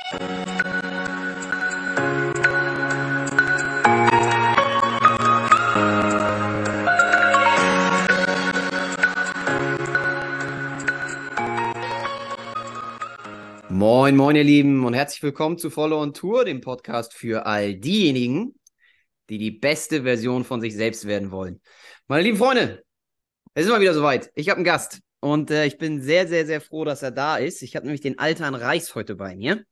Moin, moin, ihr Lieben, und herzlich willkommen zu Follow on Tour, dem Podcast für all diejenigen, die die beste Version von sich selbst werden wollen. Meine lieben Freunde, es ist mal wieder soweit. Ich habe einen Gast und ich bin sehr, sehr, sehr froh, dass er da ist. Ich habe nämlich den Altan Reis heute bei mir.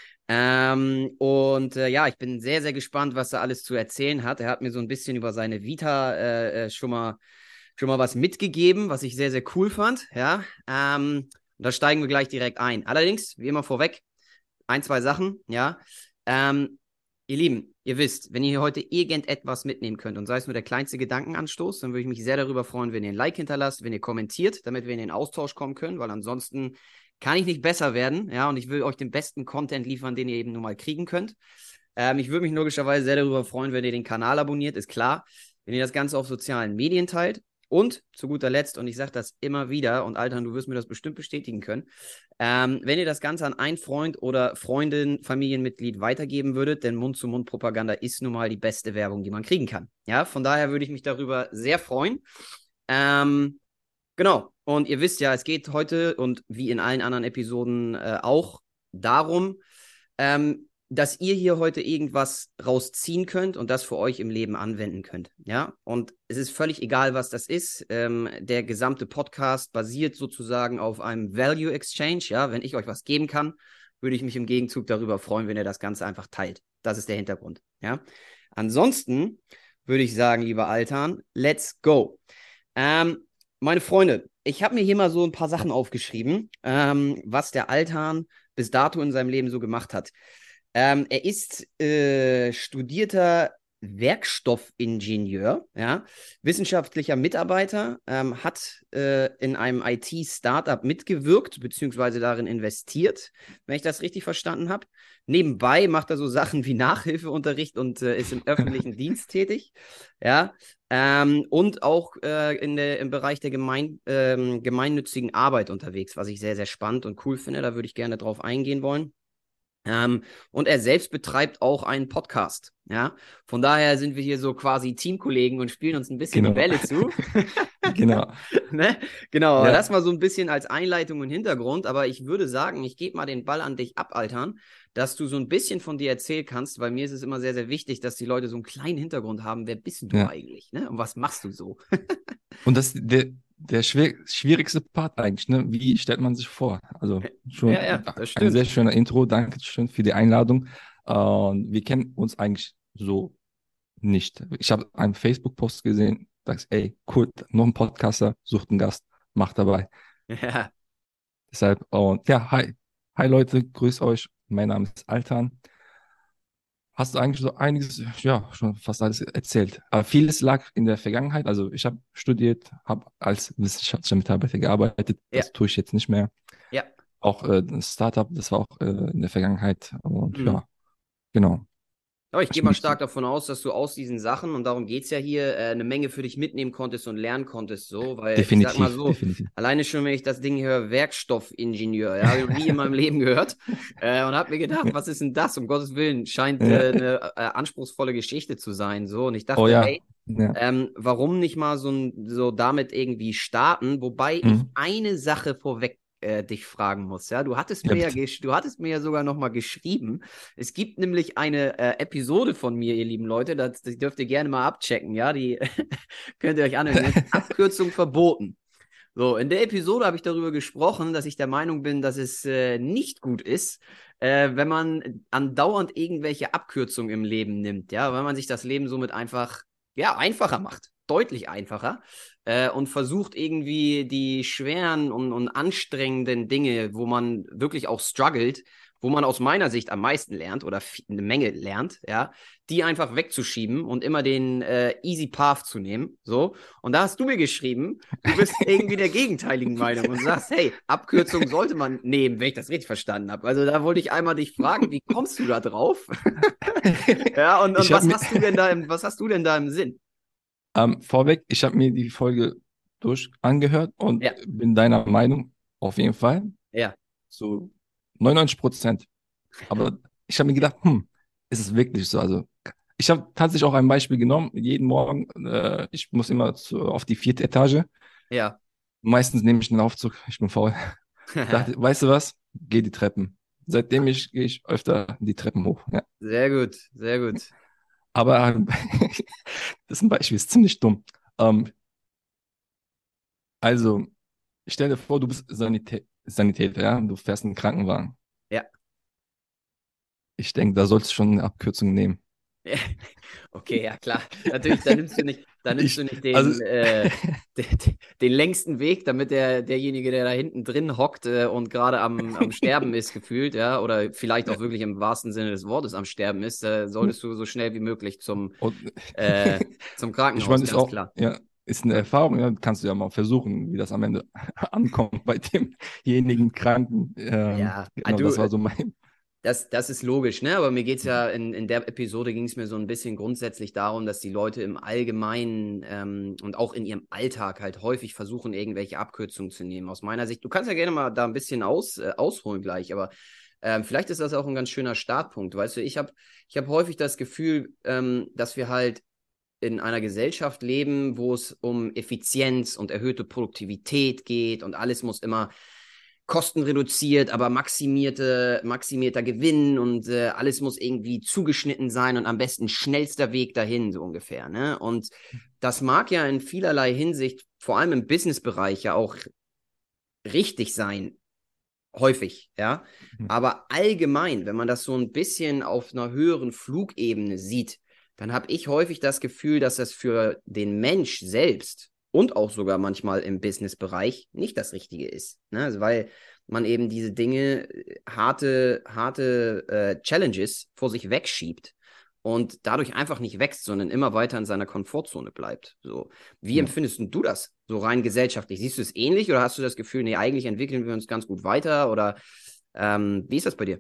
Ja, ich bin sehr, sehr gespannt, was er alles zu erzählen hat. Er hat mir so ein bisschen über seine Vita schon mal was mitgegeben, was ich sehr, sehr cool fand. Ja, und da steigen wir gleich direkt ein. Allerdings, wie immer vorweg, ein, zwei Sachen, ja. Ihr Lieben, ihr wisst, wenn ihr hier heute irgendetwas mitnehmen könnt und sei es nur der kleinste Gedankenanstoß, dann würde ich mich sehr darüber freuen, wenn ihr ein Like hinterlasst, wenn ihr kommentiert, damit wir in den Austausch kommen können, weil ansonsten kann ich nicht besser werden, ja, und ich will euch den besten Content liefern, den ihr eben nur mal kriegen könnt. Ich würde mich logischerweise sehr darüber freuen, wenn ihr den Kanal abonniert, ist klar, wenn ihr das Ganze auf sozialen Medien teilt. Und zu guter Letzt, und ich sage das immer wieder, und Alter, du wirst mir das bestimmt bestätigen können, wenn ihr das Ganze an einen Freund oder Freundin, Familienmitglied weitergeben würdet, denn Mund-zu-Mund-Propaganda ist nun mal die beste Werbung, die man kriegen kann. Ja, von daher würde ich mich darüber sehr freuen. Genau, und ihr wisst ja, es geht heute und wie in allen anderen Episoden auch darum, dass ihr hier heute irgendwas rausziehen könnt und das für euch im Leben anwenden könnt. Ja, und es ist völlig egal, was das ist. Der gesamte Podcast basiert sozusagen auf einem Value Exchange. Ja, wenn ich euch was geben kann, würde ich mich im Gegenzug darüber freuen, wenn ihr das Ganze einfach teilt. Das ist der Hintergrund. Ja, ansonsten würde ich sagen, lieber Altan, let's go. Meine Freunde, ich habe mir hier mal so ein paar Sachen aufgeschrieben, was der Altan bis dato in seinem Leben so gemacht hat. Er ist studierter Werkstoffingenieur, ja, wissenschaftlicher Mitarbeiter, hat in einem IT-Startup mitgewirkt, beziehungsweise darin investiert, wenn ich das richtig verstanden habe. Nebenbei macht er so Sachen wie Nachhilfeunterricht und ist im öffentlichen Dienst tätig, ja. Und auch im Bereich der gemeinnützigen Arbeit unterwegs, was ich sehr, sehr spannend und cool finde. Da würde ich gerne drauf eingehen wollen. Und er selbst betreibt auch einen Podcast. Ja, von daher sind wir hier so quasi Teamkollegen und spielen uns ein bisschen die Genau. Bälle zu. Genau. Ne? Genau, aber das Ja, mal so ein bisschen als Einleitung und Hintergrund. Aber ich würde sagen, ich gebe mal den Ball an dich ab, Altern, dass du so ein bisschen von dir erzählen kannst, weil mir ist es immer sehr, sehr wichtig, dass die Leute so einen kleinen Hintergrund haben. Wer bist du ja. eigentlich? Ne? Und was machst du so? Und das ist der schwierigste Part eigentlich, ne? Wie stellt man sich vor? Also Ja, schon ja, das ein sehr stimmt. schöner Intro. Danke schön für die Einladung. Wir kennen uns eigentlich so nicht. Ich habe einen Facebook-Post gesehen, sagst, ey, cool, noch ein Podcaster, sucht einen Gast, macht dabei. Ja. Deshalb, und ja, hi. Hi Leute, grüß euch. Mein Name ist Altan. Hast du eigentlich so einiges, ja, schon fast alles erzählt. Aber vieles lag in der Vergangenheit. Also ich habe studiert, habe als wissenschaftlicher Mitarbeiter gearbeitet. Ja, Das tue ich jetzt nicht mehr. ja. Auch das Startup, das war auch in der Vergangenheit. Und Mhm. ja, genau. Aber ich gehe Ich mal bin, stark davon aus, dass du aus diesen Sachen, und darum geht es ja hier, eine Menge für dich mitnehmen konntest und lernen konntest, so, weil ich sag mal definitiv, so, definitiv. alleine schon, wenn ich das Ding höre, Werkstoffingenieur, ja, habe ich noch nie in meinem Leben gehört, und habe mir gedacht, was ist denn das? Um Gottes Willen, scheint Ja. eine anspruchsvolle Geschichte zu sein, so, und ich Oh dachte, ja. hey, Ja. warum nicht mal so damit irgendwie starten, wobei ich Mhm. eine Sache vorweg dich fragen muss, ja, Ja, bitte. du hattest mir ja sogar noch mal geschrieben, es gibt nämlich eine Episode von mir, ihr lieben Leute, das dürft ihr gerne mal abchecken, ja, die könnt ihr euch anhören, die nennt sich Abkürzung verboten. So, in der Episode habe ich darüber gesprochen, dass ich der Meinung bin, dass es nicht gut ist, wenn man andauernd irgendwelche Abkürzungen im Leben nimmt, ja, weil man sich das Leben somit einfach, ja, einfacher macht, deutlich einfacher, und versucht irgendwie die schweren und anstrengenden Dinge, wo man wirklich auch struggelt, wo man aus meiner Sicht am meisten lernt oder eine Menge lernt, ja, die einfach wegzuschieben und immer den easy path zu nehmen, so. Und da hast du mir geschrieben, du bist irgendwie der gegenteiligen Meinung und sagst, hey, Abkürzung sollte man nehmen, wenn ich das richtig verstanden habe. Also da wollte ich einmal dich fragen, wie kommst du da drauf? Ja, und Ich habe was mir, hast du denn was hast du denn da im Sinn? vorweg, ich habe mir die Folge durch angehört und Ja, bin deiner Meinung auf jeden Fall ja, zu 99%. Aber ich habe mir gedacht, ist es wirklich so? Also ich habe tatsächlich auch ein Beispiel genommen. Jeden Morgen, ich muss immer auf die 4. Etage. Ja. Meistens nehme ich einen Aufzug. Ich bin faul. Dachte, weißt du was? Geh die Treppen. Seitdem gehe ich öfter die Treppen hoch. Ja. Sehr gut, sehr gut. Aber das Beispiel ist ziemlich dumm. Ähm, also, stell dir vor, du bist Sanitäter, ja? Du fährst einen Krankenwagen. Ja. Ich denke, da sollst du schon eine Abkürzung nehmen. Okay, ja klar. Natürlich, da nimmst du Ich, nicht also, den längsten Weg, damit derjenige, der da hinten drin hockt und gerade am Sterben ist, gefühlt, ja, oder vielleicht auch wirklich im wahrsten Sinne des Wortes am Sterben ist, solltest du so schnell wie möglich und, äh, zum ich Krankenhaus, meine, ist ganz auch, klar. ja, ist eine Erfahrung, ja, kannst du ja mal versuchen, wie das am De ankommt bei demjenigen Kranken. Ja, Genau, das war so mein. das ist logisch, ne? Aber mir geht es ja in der Episode ging es mir so ein bisschen grundsätzlich darum, dass die Leute im Allgemeinen und auch in ihrem Alltag halt häufig versuchen, irgendwelche Abkürzungen zu nehmen. Aus meiner Sicht, du kannst ja gerne mal da ein bisschen ausholen gleich, aber vielleicht ist das auch ein ganz schöner Startpunkt. Weißt du, ich hab häufig das Gefühl, dass wir halt in einer Gesellschaft leben, wo es um Effizienz und erhöhte Produktivität geht und alles muss immer kostenreduziert, aber maximierter Gewinn und alles muss irgendwie zugeschnitten sein und am besten schnellster Weg dahin, so ungefähr. Ne? Und das mag ja in vielerlei Hinsicht, vor allem im Businessbereich, ja auch richtig sein, häufig, ja. Aber allgemein, wenn man das so ein bisschen auf einer höheren Flugebene sieht, dann habe ich häufig das Gefühl, dass das für den Mensch selbst und auch sogar manchmal im Businessbereich nicht das Richtige ist. Ne? Also weil man eben diese Dinge, harte Challenges vor sich wegschiebt und dadurch einfach nicht wächst, sondern immer weiter in seiner Komfortzone bleibt. So. Wie Ja. empfindest du das so rein gesellschaftlich? Siehst du es ähnlich oder hast du das Gefühl, nee, eigentlich entwickeln wir uns ganz gut weiter oder wie ist das bei dir?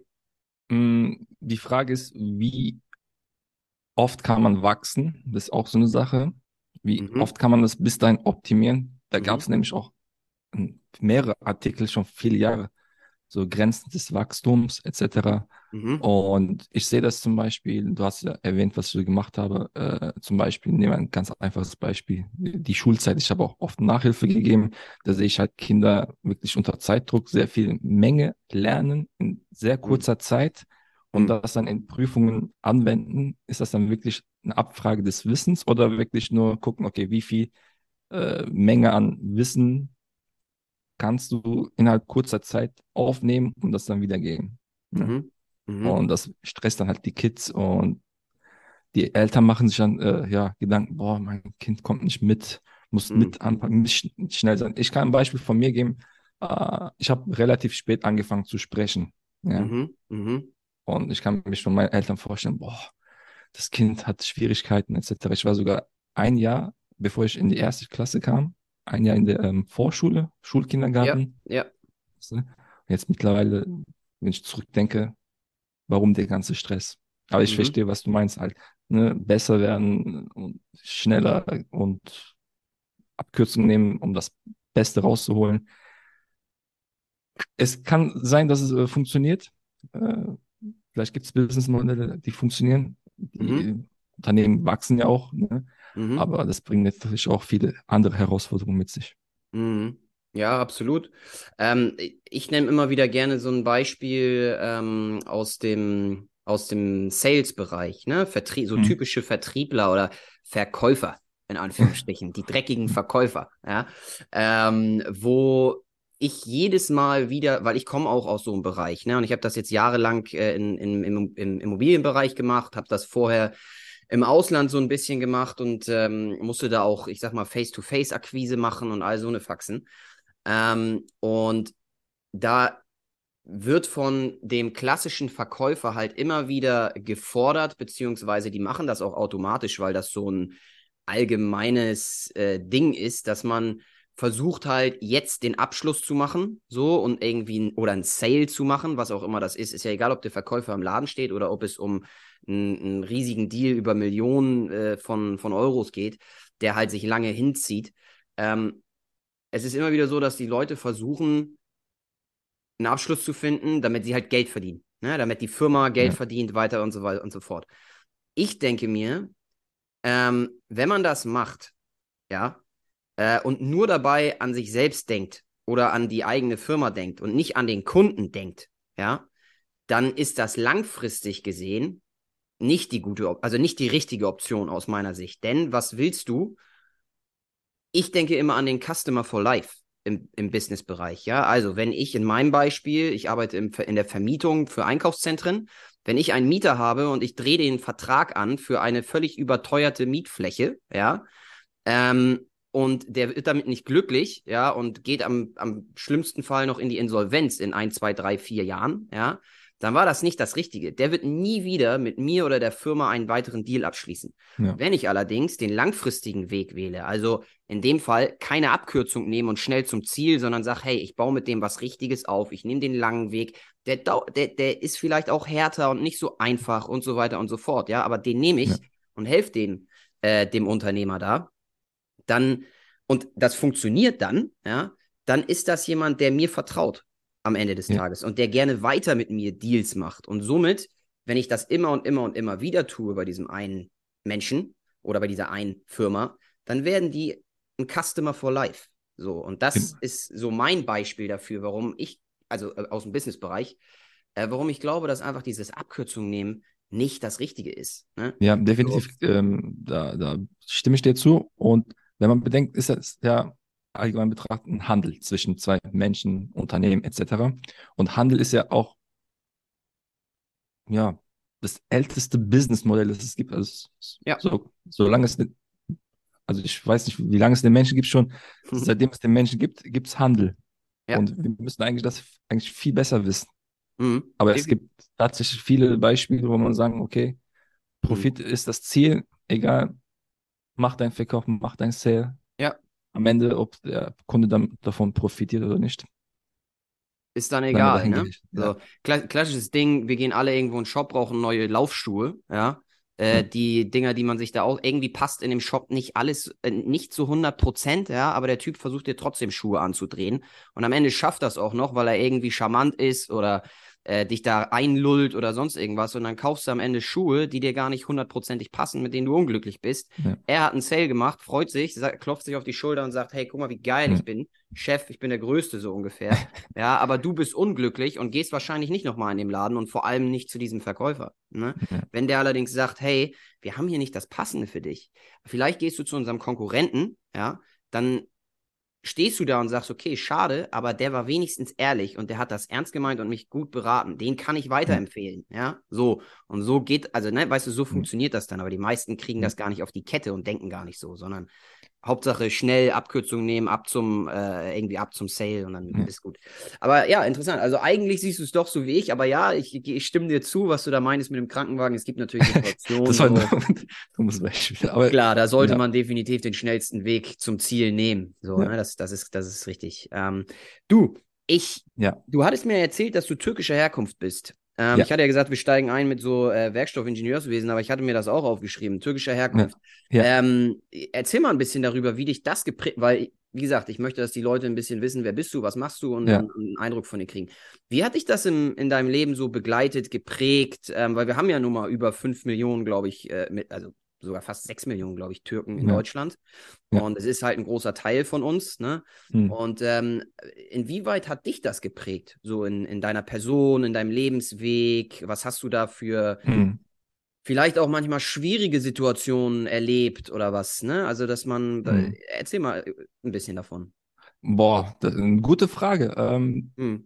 Die Frage ist, wie oft kann man wachsen? Das ist auch so eine Sache. Wie Mhm, oft kann man das bis dahin optimieren? Da gab mhm, es nämlich auch mehrere Artikel schon viele Jahre, so Grenzen des Wachstums etc. mhm, Und ich sehe das zum Beispiel, du hast ja erwähnt, was ich gemacht habe, zum Beispiel, nehmen wir ein ganz einfaches Beispiel, die Schulzeit. Ich habe auch oft Nachhilfe gegeben, da sehe ich halt Kinder wirklich unter Zeitdruck sehr viel Menge lernen in sehr mhm, kurzer Zeit und mhm, das dann in Prüfungen anwenden. Ist das dann wirklich eine Abfrage des Wissens oder wirklich nur gucken, okay, wie viel Menge an Wissen kannst du innerhalb kurzer Zeit aufnehmen und das dann wiedergeben. Ne? mhm, mhm, Und das stresst dann halt die Kids und die Eltern machen sich dann ja Gedanken, boah, mein Kind kommt nicht mit, muss mhm, mit anfangen, muss schnell sein. Ich kann ein Beispiel von mir geben. Ich habe relativ spät angefangen zu sprechen. Ja? mhm, mhm, Und ich kann mich von meinen Eltern vorstellen, boah, das Kind hat Schwierigkeiten etc. Ich war sogar ein Jahr, bevor ich in die 1. Klasse kam, ein Jahr in der Vorschule, ja, Schulkindergarten. ja, Und jetzt mittlerweile, wenn ich zurückdenke, warum der ganze Stress? Aber ich mhm, verstehe, was du meinst halt. Ne? Besser werden und schneller und Abkürzungen nehmen, um das Beste rauszuholen. Es kann sein, dass es funktioniert. Äh, Vielleicht gibt es Businessmodelle, die funktionieren. Die mhm, Unternehmen wachsen ja auch, ne? mhm, Aber das bringt natürlich auch viele andere Herausforderungen mit sich. mhm. Ja, absolut. Ich nenne immer wieder gerne so ein Beispiel aus dem Sales-Bereich, ne? So Hm. typische Vertriebler oder Verkäufer, in Anführungsstrichen, die dreckigen Verkäufer, ja? Wo ich jedes Mal wieder, weil ich komme auch aus so einem Bereich, ne? Und ich habe das jetzt jahrelang im Immobilienbereich gemacht, habe das vorher im Ausland so ein bisschen gemacht und musste da auch, ich sag mal, Face-to-Face-Akquise machen und all so eine Faxen. Und da wird von dem klassischen Verkäufer halt immer wieder gefordert, beziehungsweise die machen das auch automatisch, weil das so ein allgemeines Ding ist, dass man versucht halt jetzt den Abschluss zu machen, so und irgendwie oder ein Sale zu machen, was auch immer das ist. Ist ja egal, ob der Verkäufer im Laden steht oder ob es um einen riesigen Deal über Millionen von Euros geht, der halt sich lange hinzieht. Es ist immer wieder so, dass die Leute versuchen, einen Abschluss zu finden, damit sie halt Geld verdienen. ne, damit die Firma Geld Ja, verdient, weiter und so weiter und so fort. Ich denke mir, wenn man das macht, ja, und nur dabei an sich selbst denkt oder an die eigene Firma denkt und nicht an den Kunden denkt, ja, dann ist das langfristig gesehen nicht die gute, also nicht die richtige Option aus meiner Sicht. Denn was willst du? Ich denke immer an den Customer for Life im Business-Bereich. Ja, also wenn ich in meinem Beispiel, ich arbeite in der Vermietung für Einkaufszentren, wenn ich einen Mieter habe und ich drehe den Vertrag an für eine völlig überteuerte Mietfläche, ja, und der wird damit nicht glücklich, ja, und geht am schlimmsten Fall noch in die Insolvenz in 1, 2, 3, 4 Jahren, ja, dann war das nicht das Richtige. Der wird nie wieder mit mir oder der Firma einen weiteren Deal abschließen. ja, Wenn ich allerdings den langfristigen Weg wähle, also in dem Fall keine Abkürzung nehme und schnell zum Ziel, sondern sage, hey, ich baue mit dem was Richtiges auf, ich nehme den langen Weg, der ist vielleicht auch härter und nicht so einfach und so weiter und so fort, ja, aber den nehme ja, ich und helfe dem Unternehmer da, dann, und das funktioniert dann, ja, dann ist das jemand, der mir vertraut am Ende des ja, Tages und der gerne weiter mit mir Deals macht. Und somit, wenn ich das immer und immer und immer wieder tue bei diesem einen Menschen oder bei dieser einen Firma, dann werden die ein Customer for Life. So, und das genau. ist so mein Beispiel dafür, warum ich, also aus dem Businessbereich, warum ich glaube, dass einfach dieses Abkürzung nehmen nicht das Richtige ist. Ne? Ja, So, definitiv, da stimme ich dir zu. Und wenn man bedenkt, ist das ja allgemein betrachtet ein Handel zwischen zwei Menschen, Unternehmen etc. Und Handel ist ja auch ja das älteste Businessmodell, das es gibt. Also ja. solange es, also ich weiß nicht, wie lange es den Menschen gibt schon, seitdem es den Menschen gibt, gibt es Handel. Ja. Und wir müssen eigentlich das eigentlich viel besser wissen. Mhm. Aber es gibt tatsächlich viele Beispiele, wo man sagen, okay, Mhm. Profit ist das Ziel, egal, mach deinen Verkauf, mach dein Sale. Ja, Am Ende, ob der Kunde dann davon profitiert oder nicht, ist dann sei mal egal, ne? dahingestellt. Ja, So, klassisches Ding, wir gehen alle irgendwo in den Shop, brauchen neue Laufschuhe, ja. ja, Die Dinger, die man sich da auch, irgendwie passt in dem Shop nicht alles, nicht zu 100%, ja, aber der Typ versucht dir trotzdem Schuhe anzudrehen. Und am Ende schafft das auch noch, weil er irgendwie charmant ist oder dich da einlullt oder sonst irgendwas. Und dann kaufst du am Ende Schuhe, die dir gar nicht 100%ig passen, mit denen du unglücklich bist. ja, Er hat einen Sale gemacht, freut sich, klopft sich auf die Schulter und sagt, hey, guck mal, wie geil ja, ich bin. Chef, ich bin der Größte, so ungefähr. Ja, aber du bist unglücklich und gehst wahrscheinlich nicht nochmal in den Laden und vor allem nicht zu diesem Verkäufer. Ne? ja, Wenn der allerdings sagt, hey, wir haben hier nicht das Passende für dich, vielleicht gehst du zu unserem Konkurrenten, ja, dann stehst du da und sagst, okay, schade, aber der war wenigstens ehrlich und der hat das ernst gemeint und mich gut beraten. Den kann ich ja, weiterempfehlen, ja, so. Und so geht, also, ne, weißt du, so ja, funktioniert das dann, aber die meisten kriegen ja. das gar nicht auf die Kette und denken gar nicht so, sondern Hauptsache schnell Abkürzung nehmen, irgendwie ab zum Sale und dann Ja. bist gut. Aber ja, interessant. Also eigentlich siehst du es doch so wie ich, aber ja, ich stimme dir zu, was du da meinst mit dem Krankenwagen. Es gibt natürlich Das Situationen war ein so. dummes Beispiel. Aber Klar, da sollte ja, man definitiv den schnellsten Weg zum Ziel nehmen. So, ja, ne, das ist richtig. Du, ich, ja, du hattest mir erzählt, dass du türkischer Herkunft bist. ja, Ich hatte ja gesagt, wir steigen ein mit so Werkstoffingenieurswesen, aber ich hatte mir das auch aufgeschrieben, türkischer ja, Herkunft. ja, Erzähl mal ein bisschen darüber, wie dich das geprägt, weil, wie gesagt, ich möchte, dass die Leute ein bisschen wissen, wer bist du, was machst du und ja. einen Eindruck von dir kriegen. Wie hat dich das in deinem Leben so begleitet, geprägt? Weil wir haben ja nun mal über 5 Millionen, glaube ich, also sogar fast 6 Millionen, glaube ich, Türken in Ja, Deutschland. ja. Und es ist halt ein großer Teil von uns, ne? Hm, Und inwieweit hat dich das geprägt? So in deiner Person, in deinem Lebensweg? Was hast du da für hm. vielleicht auch manchmal schwierige Situationen erlebt oder was, ne? Also, dass man, Hm. erzähl mal ein bisschen davon. Boah, das ist eine gute Frage. Hm.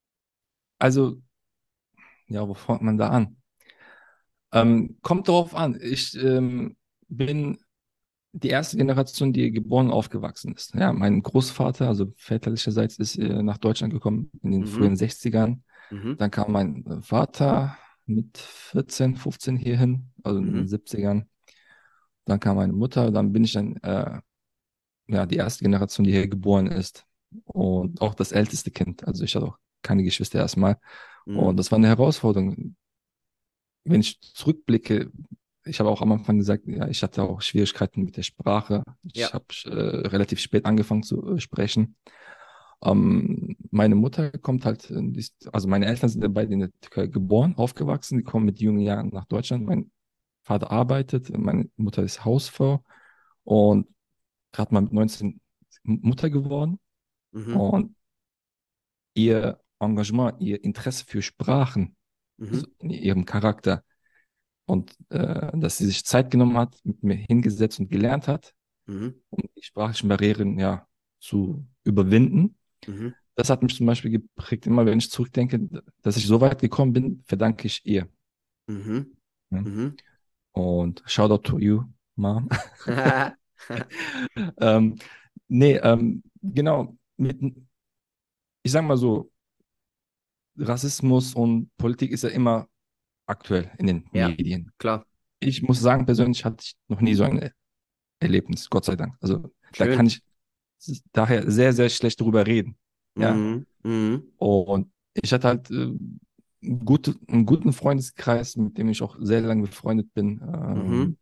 Also, ja, wo fängt man da an? Kommt darauf an. Ich bin die erste Generation, die geboren und aufgewachsen ist. Ja, mein Großvater, also väterlicherseits, ist nach Deutschland gekommen in den frühen Mhm. 60ern. Mhm. Dann kam mein Vater mit 14, 15 hierhin, also in den Mhm. 70ern. Dann kam meine Mutter, dann bin ich dann ja, die erste Generation, die hier geboren ist. Und auch das älteste Kind. Also ich hatte auch keine Geschwister erstmal. Und Mhm. das war eine Herausforderung. Wenn ich zurückblicke, ich habe auch am Anfang gesagt, ja, ich hatte auch Schwierigkeiten mit der Sprache. Ich Ja. habe relativ spät angefangen zu sprechen. Meine Mutter kommt halt, also meine Eltern sind ja beide in der Türkei geboren, aufgewachsen, die kommen mit jungen Jahren nach Deutschland. Mein Vater arbeitet, meine Mutter ist Hausfrau und gerade mal mit 19 Mutter geworden. Mhm. Und ihr Engagement, ihr Interesse für Sprachen, also Mhm. in ihrem Charakter und dass sie sich Zeit genommen hat, mit mir hingesetzt und gelernt hat, Mhm. um die sprachlichen Barrieren ja zu überwinden. Mhm. Das hat mich zum Beispiel geprägt. Immer wenn ich zurückdenke, dass ich so weit gekommen bin, verdanke ich ihr. Mhm. Ne? Mhm. Und shout out to you, Mom. ähm, nee, genau. Ich sag mal so, Rassismus und Politik ist ja immer aktuell in den Ja, Medien. klar. Ich muss sagen, persönlich hatte ich noch nie so ein Erlebnis, Gott sei Dank. Also da kann Schön. ich daher sehr, sehr schlecht drüber reden. Ja. Mhm. Mhm. Und ich hatte halt einen guten Freundeskreis, mit dem ich auch sehr lange befreundet bin. Mhm.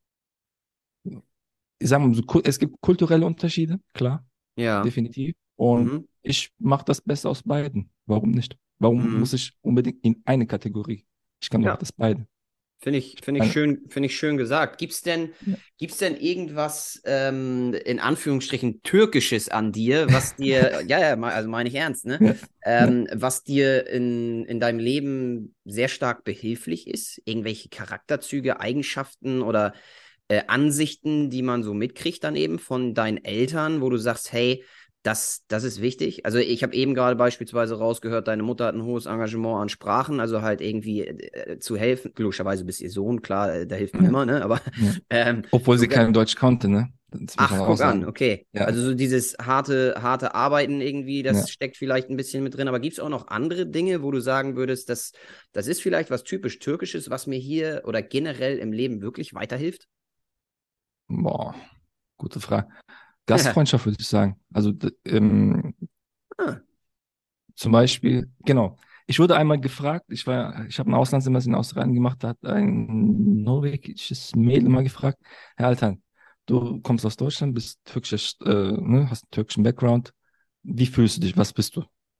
Ich sage mal, so, es gibt kulturelle Unterschiede, klar, Ja. definitiv. Und Mhm. ich mache das Beste aus beiden. Warum nicht? Warum muss Mhm. ich unbedingt in eine Kategorie? Ich kann doch Ja. das beide. Ich meine, Finde ich schön gesagt. ja. Gibt's denn irgendwas, in Anführungsstrichen, Türkisches an dir, was dir, ja, ja, also meine ich ernst, ne? Ja. Ja. Was dir in deinem Leben sehr stark behilflich ist? Irgendwelche Charakterzüge, Eigenschaften oder Ansichten, die man so mitkriegt dann eben von deinen Eltern, wo du sagst, hey, das ist wichtig. Also ich habe eben gerade beispielsweise rausgehört, deine Mutter hat ein hohes Engagement an Sprachen, also halt irgendwie zu helfen. Logischerweise bist ihr Sohn, klar, da hilft man Ja. immer, ne? Aber Ja. Obwohl so, sie kein Deutsch konnte, ne? Das muss man ach, auch guck an, sagen. okay. Ja, Also so dieses harte Arbeiten irgendwie, ja. das steckt vielleicht ein bisschen mit drin. Aber gibt es auch noch andere Dinge, wo du sagen würdest, das ist vielleicht was typisch Türkisches, was mir hier oder generell im Leben wirklich weiterhilft? Boah, gute Frage. Gastfreundschaft würde ich sagen. Also Ah, zum Beispiel, genau. Ich wurde einmal gefragt, ich habe ein Auslandssemester in Australien gemacht, da hat ein norwegisches Mädel mal gefragt, Herr Altan, du kommst aus Deutschland, bist türkischer, ne, hast einen türkischen Background. Wie fühlst du dich? Was bist du?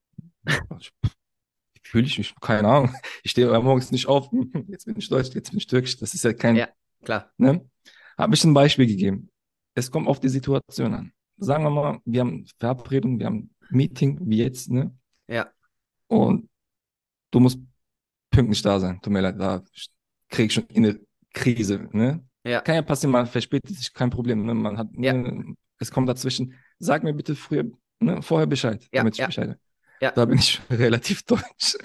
Wie fühle ich mich? Keine Ahnung. Ich stehe morgens nicht auf, jetzt bin ich Deutsch, jetzt bin ich Türkisch. Das ist ja kein, ja, klar. ne? Habe ich ein Beispiel gegeben. Es kommt auf die Situation an. Sagen wir mal, wir haben Verabredung, wir haben ein Meeting, wie jetzt, ne? Ja, Und du musst pünktlich da sein. Tut mir leid, da krieg ich schon eine Krise, ne? ja, Kann ja passieren, man verspätet sich, kein Problem, ne? Man hat, ja, ne? Es kommt dazwischen. Sag mir bitte früher, ne? Vorher Bescheid, ja, damit ich ja, Bescheid weiß. ja. Da bin ich relativ deutsch.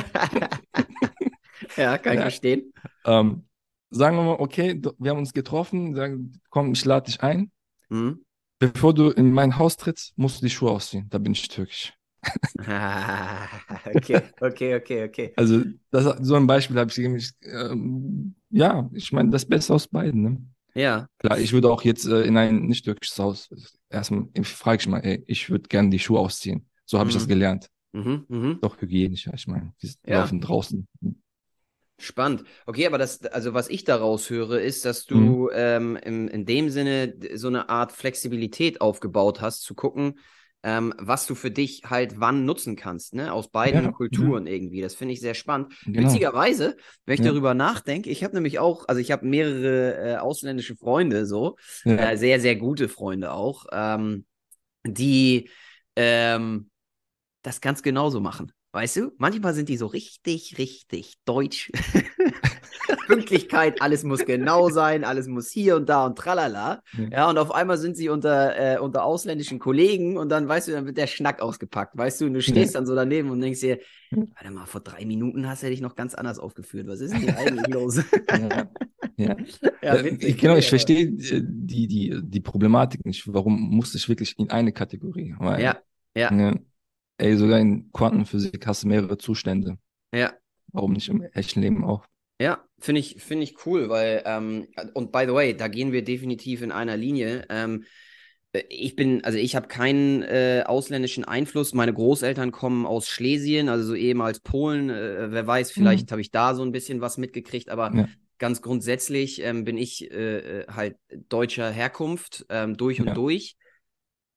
Ja, kann ich Ja. verstehen. Ähm, sagen wir mal, okay, wir haben uns getroffen, sagen, komm, ich lade dich ein. Mhm. Bevor du in mein Haus trittst, musst du die Schuhe ausziehen. Da bin ich türkisch. Ah, okay, okay, okay, okay. Also, so ein Beispiel habe ich gegeben. Ja, ich meine, das Beste aus beiden. Ne? Ja. Klar, ich würde auch jetzt in ein nicht türkisches Haus. Erstmal frage ich mal, ey, ich würde gerne die Schuhe ausziehen. So habe ich das Mhm. gelernt. Mhm. Mhm. Doch hygienischer. Ich meine, die Ja. laufen draußen. Spannend. Okay, aber also was ich daraus höre, ist, dass Mhm. du in dem Sinne so eine Art Flexibilität aufgebaut hast, zu gucken, was du für dich halt wann nutzen kannst, ne? Aus beiden Ja, ja, Kulturen irgendwie. Das finde ich sehr spannend. genau. Witzigerweise, wenn ich Ja, darüber nachdenke, ich habe nämlich auch, also ich habe mehrere ausländische Freunde, so, ja. sehr, sehr gute Freunde auch, die ähm, das ganz genauso machen. Weißt du? Manchmal sind die so richtig, richtig deutsch. Pünktlichkeit, alles muss genau sein, alles muss hier und da und tralala. Ja. Ja, und auf einmal sind sie unter ausländischen Kollegen und dann, weißt du, dann wird der Schnack ausgepackt, weißt du, und du Ja. stehst dann so daneben und denkst dir, warte mal, vor 3 Minuten hast du dich noch ganz anders aufgeführt. Was ist denn hier eigentlich los? Ja, ja. Ja, witzig, Genau, nee, ich aber. verstehe die Problematik nicht. Warum muss ich wirklich in eine Kategorie? Weil, Ja, ja, ne, ey, sogar in Quantenphysik hast du mehrere Zustände. ja. Warum nicht im echten Leben auch? Ja, finde ich cool, weil, und by the way, da gehen wir definitiv in einer Linie. Also ich habe keinen ausländischen Einfluss. Meine Großeltern kommen aus Schlesien, also so ehemals Polen. Wer weiß, Hm. vielleicht habe ich da so ein bisschen was mitgekriegt, aber Ja, ganz grundsätzlich bin ich halt deutscher Herkunft durch und ja, durch.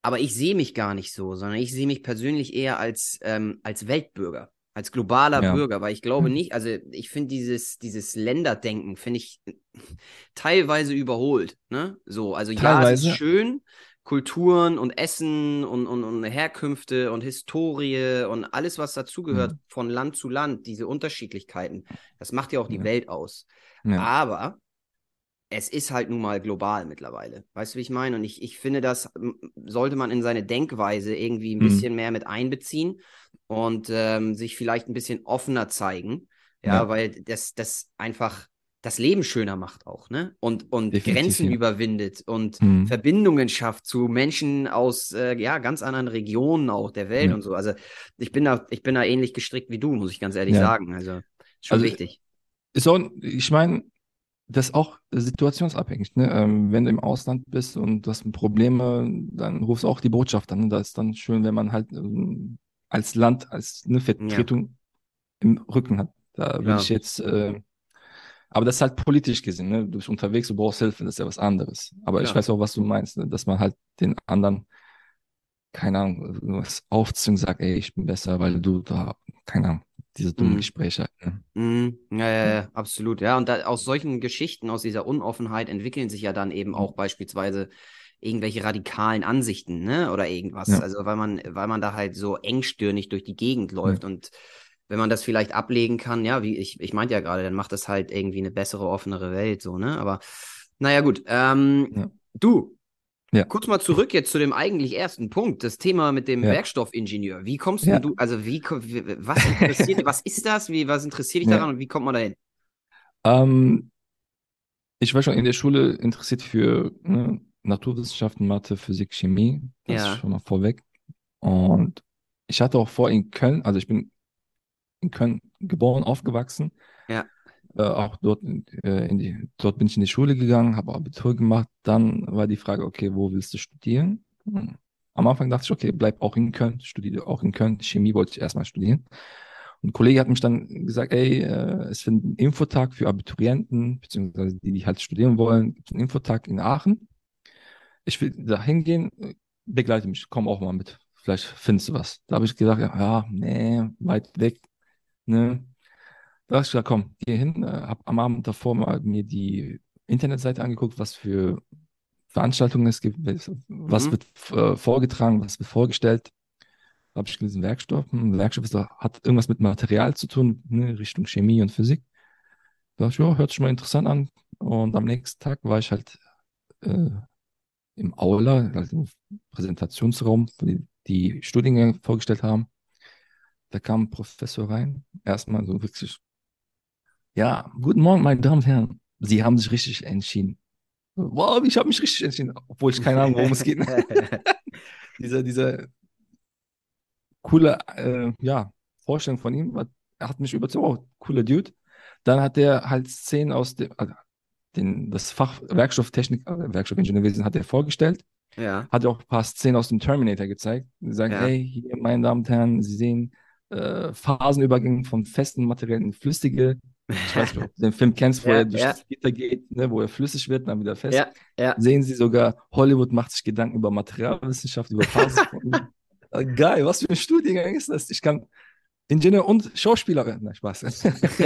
Aber ich sehe mich gar nicht so, sondern ich sehe mich persönlich eher als Weltbürger, als globaler Ja. Bürger, weil ich glaube nicht, also ich finde dieses Länderdenken, finde ich teilweise überholt, ne? So, also ja, es ist Teilweise, schön, Kulturen und Essen und Herkünfte und Historie und alles, was dazugehört, hm, von Land zu Land, diese Unterschiedlichkeiten, das macht ja auch die ja, Welt aus. ja, Aber es ist halt nun mal global mittlerweile. Weißt du, wie ich meine? Und ich finde, das sollte man in seine Denkweise irgendwie ein hm, bisschen mehr mit einbeziehen und sich vielleicht ein bisschen offener zeigen. Ja, ja, weil das einfach das Leben schöner macht auch, ne? Und definitiv, Grenzen ja. überwindet und Hm, Verbindungen schafft zu Menschen aus ja, ganz anderen Regionen auch der Welt ja, und so. Also ich bin da ähnlich gestrickt wie du, muss ich ganz ehrlich ja. sagen. Also schon Also, wichtig. ist auch, ich meine, das ist auch situationsabhängig, ne? Wenn du im Ausland bist und du hast Probleme, dann rufst du auch die Botschaft an. Da ist dann schön, wenn man halt als Land, als eine Ja, Vertretung im Rücken hat. Da würde ich klar, jetzt, aber das ist halt politisch gesehen, ne? Du bist unterwegs, du brauchst Hilfe, das ist ja was anderes. Aber ich klar. weiß auch, was du meinst, ne? Dass man halt den anderen, keine Ahnung, was aufzwingen, sagt, ey, ich bin besser, weil du da, keine Ahnung, diese dummen Mhm. Gespräche halt, ne? Mhm. Ja, ja, ja, absolut. Ja, und aus solchen Geschichten, aus dieser Unoffenheit entwickeln sich ja dann eben Mhm. auch beispielsweise irgendwelche radikalen Ansichten, ne? Oder irgendwas. Ja, Also weil man da halt so engstirnig durch die Gegend ja, läuft. Und wenn man das vielleicht ablegen kann, ja, wie ich meinte ja gerade, dann macht das halt irgendwie eine bessere, offenere Welt, so, ne? Aber naja, gut. ja, Du, ja, kurz mal zurück jetzt zu dem eigentlich ersten Punkt, das Thema mit dem ja, Werkstoffingenieur. Wie kommst denn ja, du, also was interessiert, was ist das? Was interessiert dich ja. daran und wie kommt man dahin? Ähm, Ich war schon in der Schule interessiert für ne, Naturwissenschaften, Mathe, Physik, Chemie. Das ist Ja, schon mal vorweg. Und ich hatte auch vor in Köln, also ich bin in Köln geboren, aufgewachsen. ja, Auch dort, dort bin ich in die Schule gegangen, habe Abitur gemacht. Dann war die Frage, okay, wo willst du studieren? Am Anfang dachte ich, okay, bleib auch in Köln, studiere auch in Köln. Chemie wollte ich erstmal studieren. Und ein Kollege hat mich dann gesagt, ey, es findet ein Infotag für Abiturienten, beziehungsweise die, die halt studieren wollen, gibt einen Infotag in Aachen. Ich will da hingehen, begleite mich, komm auch mal mit. Vielleicht findest du was. Da habe ich gesagt, ja, ja, nee, weit weg, ne. Da habe ich gesagt, komm, geh hin, habe am Abend davor mal mir die Internetseite angeguckt, was für Veranstaltungen es gibt, was mhm, wird vorgetragen, was wird vorgestellt. Da habe ich gelesen, Werkstoff. Werkstoff hat irgendwas mit Material zu tun, ne, Richtung Chemie und Physik. Da dachte ich, ja, hört sich mal interessant an. Und am nächsten Tag war ich halt äh, im Aula, also im Präsentationsraum, wo die Studiengänge vorgestellt haben. Da kam ein Professor rein, erstmal so wirklich, ja, guten Morgen, meine Damen und Herren. Sie haben sich richtig entschieden. Wow, ich habe mich richtig entschieden, obwohl ich keine Ahnung, worum es geht. Diese coole ja, Vorstellung von ihm, er hat mich überzeugt, oh, cooler Dude. Dann hat er halt Szenen aus dem, also das Fach Werkstofftechnik, Werkstoffingenieurwesen hat er vorgestellt, ja, hat auch ein paar Szenen aus dem Terminator gezeigt. Sie sagen, ja, ey, hier, meine Damen und Herren, Sie sehen Phasenübergänge von festen Materialien in flüssige. Ich weiß nicht, ob du den Film kennst, wo er ja, durch ja, das Gitter geht, ne, wo er flüssig wird, dann wieder fest. ja, ja. Sehen Sie sogar, Hollywood macht sich Gedanken über Materialwissenschaft, über Phasen. Geil, was für ein Studiengang ist das? Ich kann Ingenieur und Schauspieler werden. Nein, Spaß.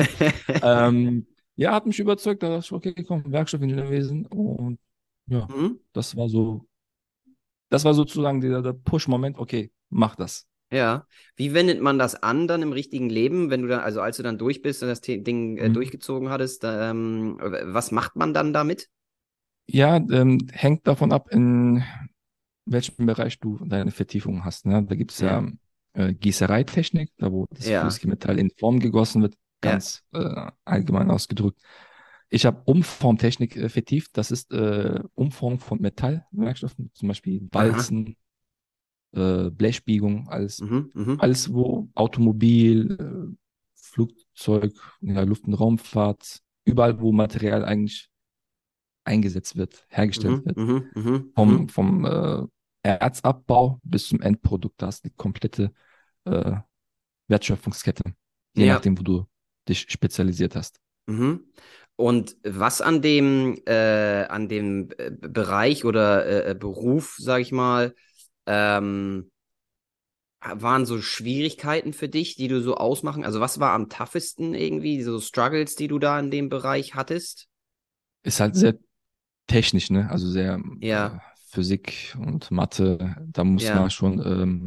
ähm, ja, hat mich überzeugt. Da dachte ich, okay, komm, Werkstoffingenieurwesen. Und ja, Mhm. das war so, das war sozusagen der Push-Moment. Okay, mach das. Ja. Wie wendet man das an dann im richtigen Leben, wenn du dann, also als du dann durch bist und das Ding Mhm. durchgezogen hattest, was macht man dann damit? Ja, hängt davon ab, in welchem Bereich du deine Vertiefung hast. Ne? Da gibt es Ja, ja Gießereitechnik, da wo das ja, flüssige Metall in Form gegossen wird, ja. ganz allgemein ausgedrückt. Ich habe Umformtechnik vertieft. Das ist Umformung von Metallwerkstoffen, zum Beispiel Aha. Walzen, Blechbiegung, alles, Mhm, mhm, alles wo Automobil, Flugzeug, ja, Luft- und Raumfahrt, überall, wo Material eigentlich eingesetzt wird, hergestellt mhm, wird. mhm, mhm, Vom, mhm. vom Erzabbau bis zum Endprodukt, da ist die komplette äh, Wertschöpfungskette, je Ja. nachdem, wo du dich spezialisiert hast. Mhm. Und was an dem Bereich oder Beruf, sage ich mal, Ähm, waren so Schwierigkeiten für dich, die du so ausmachen? Also was war am toughesten irgendwie, so Struggles, die du da in dem Bereich hattest? Ist halt sehr technisch, ne? Also sehr Ja, Physik und Mathe. Da muss man ja, schon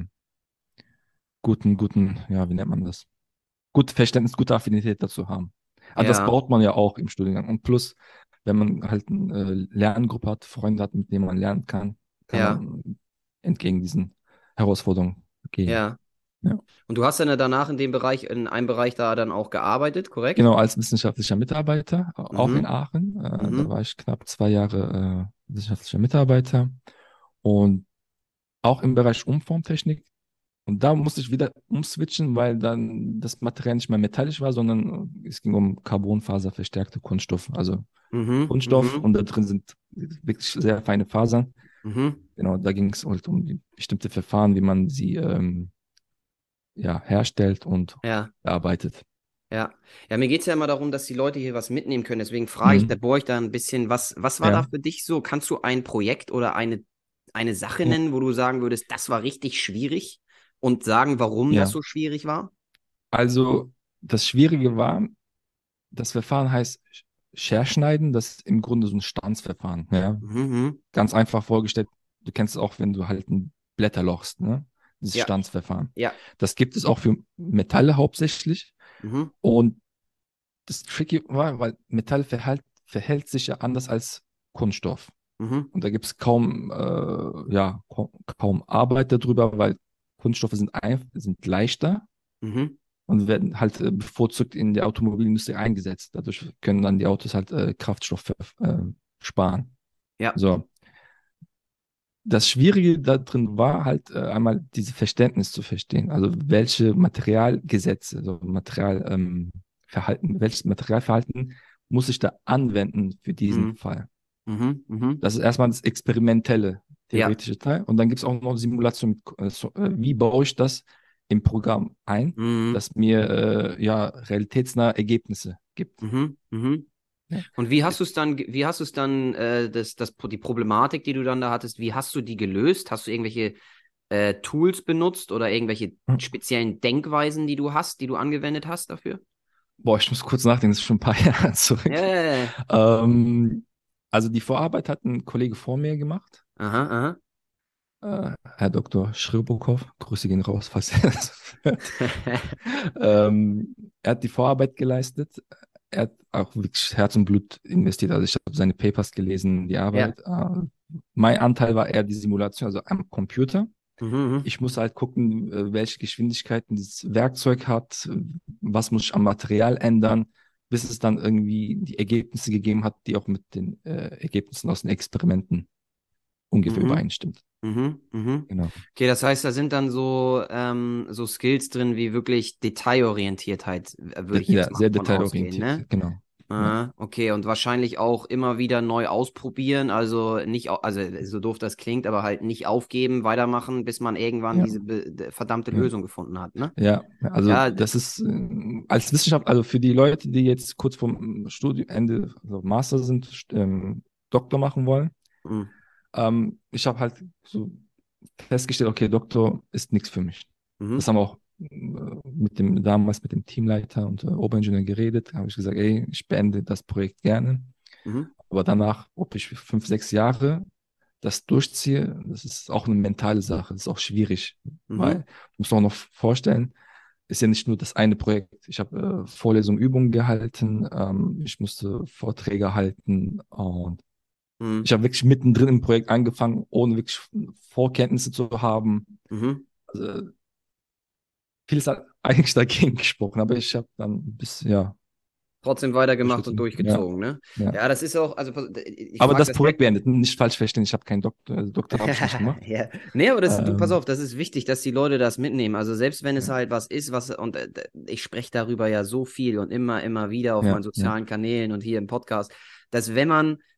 ja, wie nennt man das? Gutes Verständnis, gute Affinität dazu haben. Aber das ja, baut man ja auch im Studiengang. Und plus, wenn man halt eine Lerngruppe hat, Freunde hat, mit denen man lernen kann, kann ja, man entgegen diesen Herausforderungen gehen. ja. Ja. Und du hast dann ja danach in dem Bereich, in einem Bereich da dann auch gearbeitet, korrekt? Genau, als wissenschaftlicher Mitarbeiter, auch in Mhm, Aachen. Da mhm, war ich knapp 2 Jahre wissenschaftlicher Mitarbeiter und auch im Bereich Umformtechnik. Und da musste ich wieder umswitchen, weil dann das Material nicht mehr metallisch war, sondern es ging um carbonfaserverstärkte Kunststoffe. Also mhm, Kunststoff mhm, und da drin sind wirklich sehr feine Fasern. mhm. Genau, da ging es halt um die bestimmte Verfahren, wie man sie ja, herstellt und Ja. bearbeitet. Ja, ja, mir geht es ja immer darum, dass die Leute hier was mitnehmen können. Deswegen frage ich, da Mhm. bohre ich da ein bisschen, was war da Ja. für dich so? Kannst du ein Projekt oder eine Sache nennen, wo du sagen würdest, das war richtig schwierig und sagen, warum das Ja, so schwierig war? also das Schwierige war, das Verfahren heißt Scherschneiden, das ist im Grunde so ein Stanzverfahren. Ja. Mhm. Ganz einfach vorgestellt, du kennst es auch, wenn du halt ein Blätter lochst, ne? Dieses Ja, Stanzverfahren. ja. Das gibt es auch für Metalle hauptsächlich. Mhm. Und das Tricky war, weil Metall verhält sich ja anders als Kunststoff. Mhm. Und da gibt es kaum Arbeit darüber, weil Kunststoffe sind leichter Mhm. und werden halt bevorzugt in der Automobilindustrie eingesetzt. Dadurch können dann die Autos halt Kraftstoff sparen. Ja. So. Das Schwierige da drin war halt einmal dieses Verständnis zu verstehen. Also welche Materialgesetze, also welches Materialverhalten muss ich da anwenden für diesen Mhm. Fall? Mhm. Mhm. Das ist erstmal das experimentelle, Ja. theoretische Teil. Und dann gibt es auch noch Simulation, wie baue ich das im Programm ein, Mhm. das mir ja realitätsnahe Ergebnisse gibt. Mhm. Mhm. Ja. Und wie hast du es dann, die Problematik, die du dann da hattest, wie hast du die gelöst? Hast du irgendwelche Tools benutzt oder irgendwelche speziellen Denkweisen, die du hast, die du angewendet hast dafür? Boah, ich muss kurz nachdenken, das ist schon ein paar Jahre Ja, zurück. ja, ja. Ähm, also die Vorarbeit hat ein Kollege vor mir gemacht, Aha, aha. Herr Dr. Schribukow. Grüße gehen raus, falls er das hört. Er hat die Vorarbeit geleistet. Er hat auch wirklich Herz und Blut investiert. Also ich habe seine Papers gelesen, die Ja. Arbeit. Mein Anteil war eher die Simulation, also am Computer. Mhm, mhm, Ich muss halt gucken, welche Geschwindigkeiten dieses Werkzeug hat, was muss ich am Material ändern, bis es dann irgendwie die Ergebnisse gegeben hat, die auch mit den Ergebnissen aus den Experimenten ungefähr mhm, übereinstimmt. mhm, mhm. Genau. Okay, das heißt, da sind dann so Skills drin wie wirklich Detailorientiertheit, würde ich jetzt Ja, mal sehr von ausgehen, detailorientiert, ne? genau. Ja, Ah, okay, und wahrscheinlich auch immer wieder neu ausprobieren, also nicht, also so doof das klingt, aber halt nicht aufgeben, weitermachen, bis man irgendwann ja, diese verdammte ja. Lösung gefunden hat, ne? Ja, also Ja, das ist als Wissenschaft, also für die Leute, die jetzt kurz vorm Studienende, also Master sind, Doktor machen wollen, mm, ich habe halt so festgestellt, okay, Doktor ist nichts für mich. Das mhm, haben wir auch damals mit dem Teamleiter und Oberingenieur geredet, habe ich gesagt, ey, ich beende das Projekt gerne. mhm, Aber danach, ob ich 5, 6 Jahre das durchziehe, das ist auch eine mentale Sache, das ist auch schwierig, weil mhm, du musst auch noch vorstellen, ist ja nicht nur das eine Projekt. Ich habe Vorlesungen, Übungen gehalten, ich musste Vorträge halten und mhm, ich habe wirklich mittendrin im Projekt angefangen, ohne wirklich Vorkenntnisse zu haben. mhm. Also, vieles hat eigentlich dagegen gesprochen, aber ich habe dann ja, Trotzdem weitergemacht und durchgezogen. Ja, durchgezogen, ne? ja. Ja, das ist auch, also ich Aber frage das das. Projekt beendet, nicht falsch verstehen, ich habe keinen Doktor, also Doktor habe ich nicht gemacht. Ja. Nee, aber du, pass Ähm, auf, das ist wichtig, dass die Leute das mitnehmen. Also selbst wenn es ja, halt was ist, und ich spreche darüber ja so viel und immer wieder auf ja, meinen ja, sozialen Kanälen und hier im Podcast, dass wenn man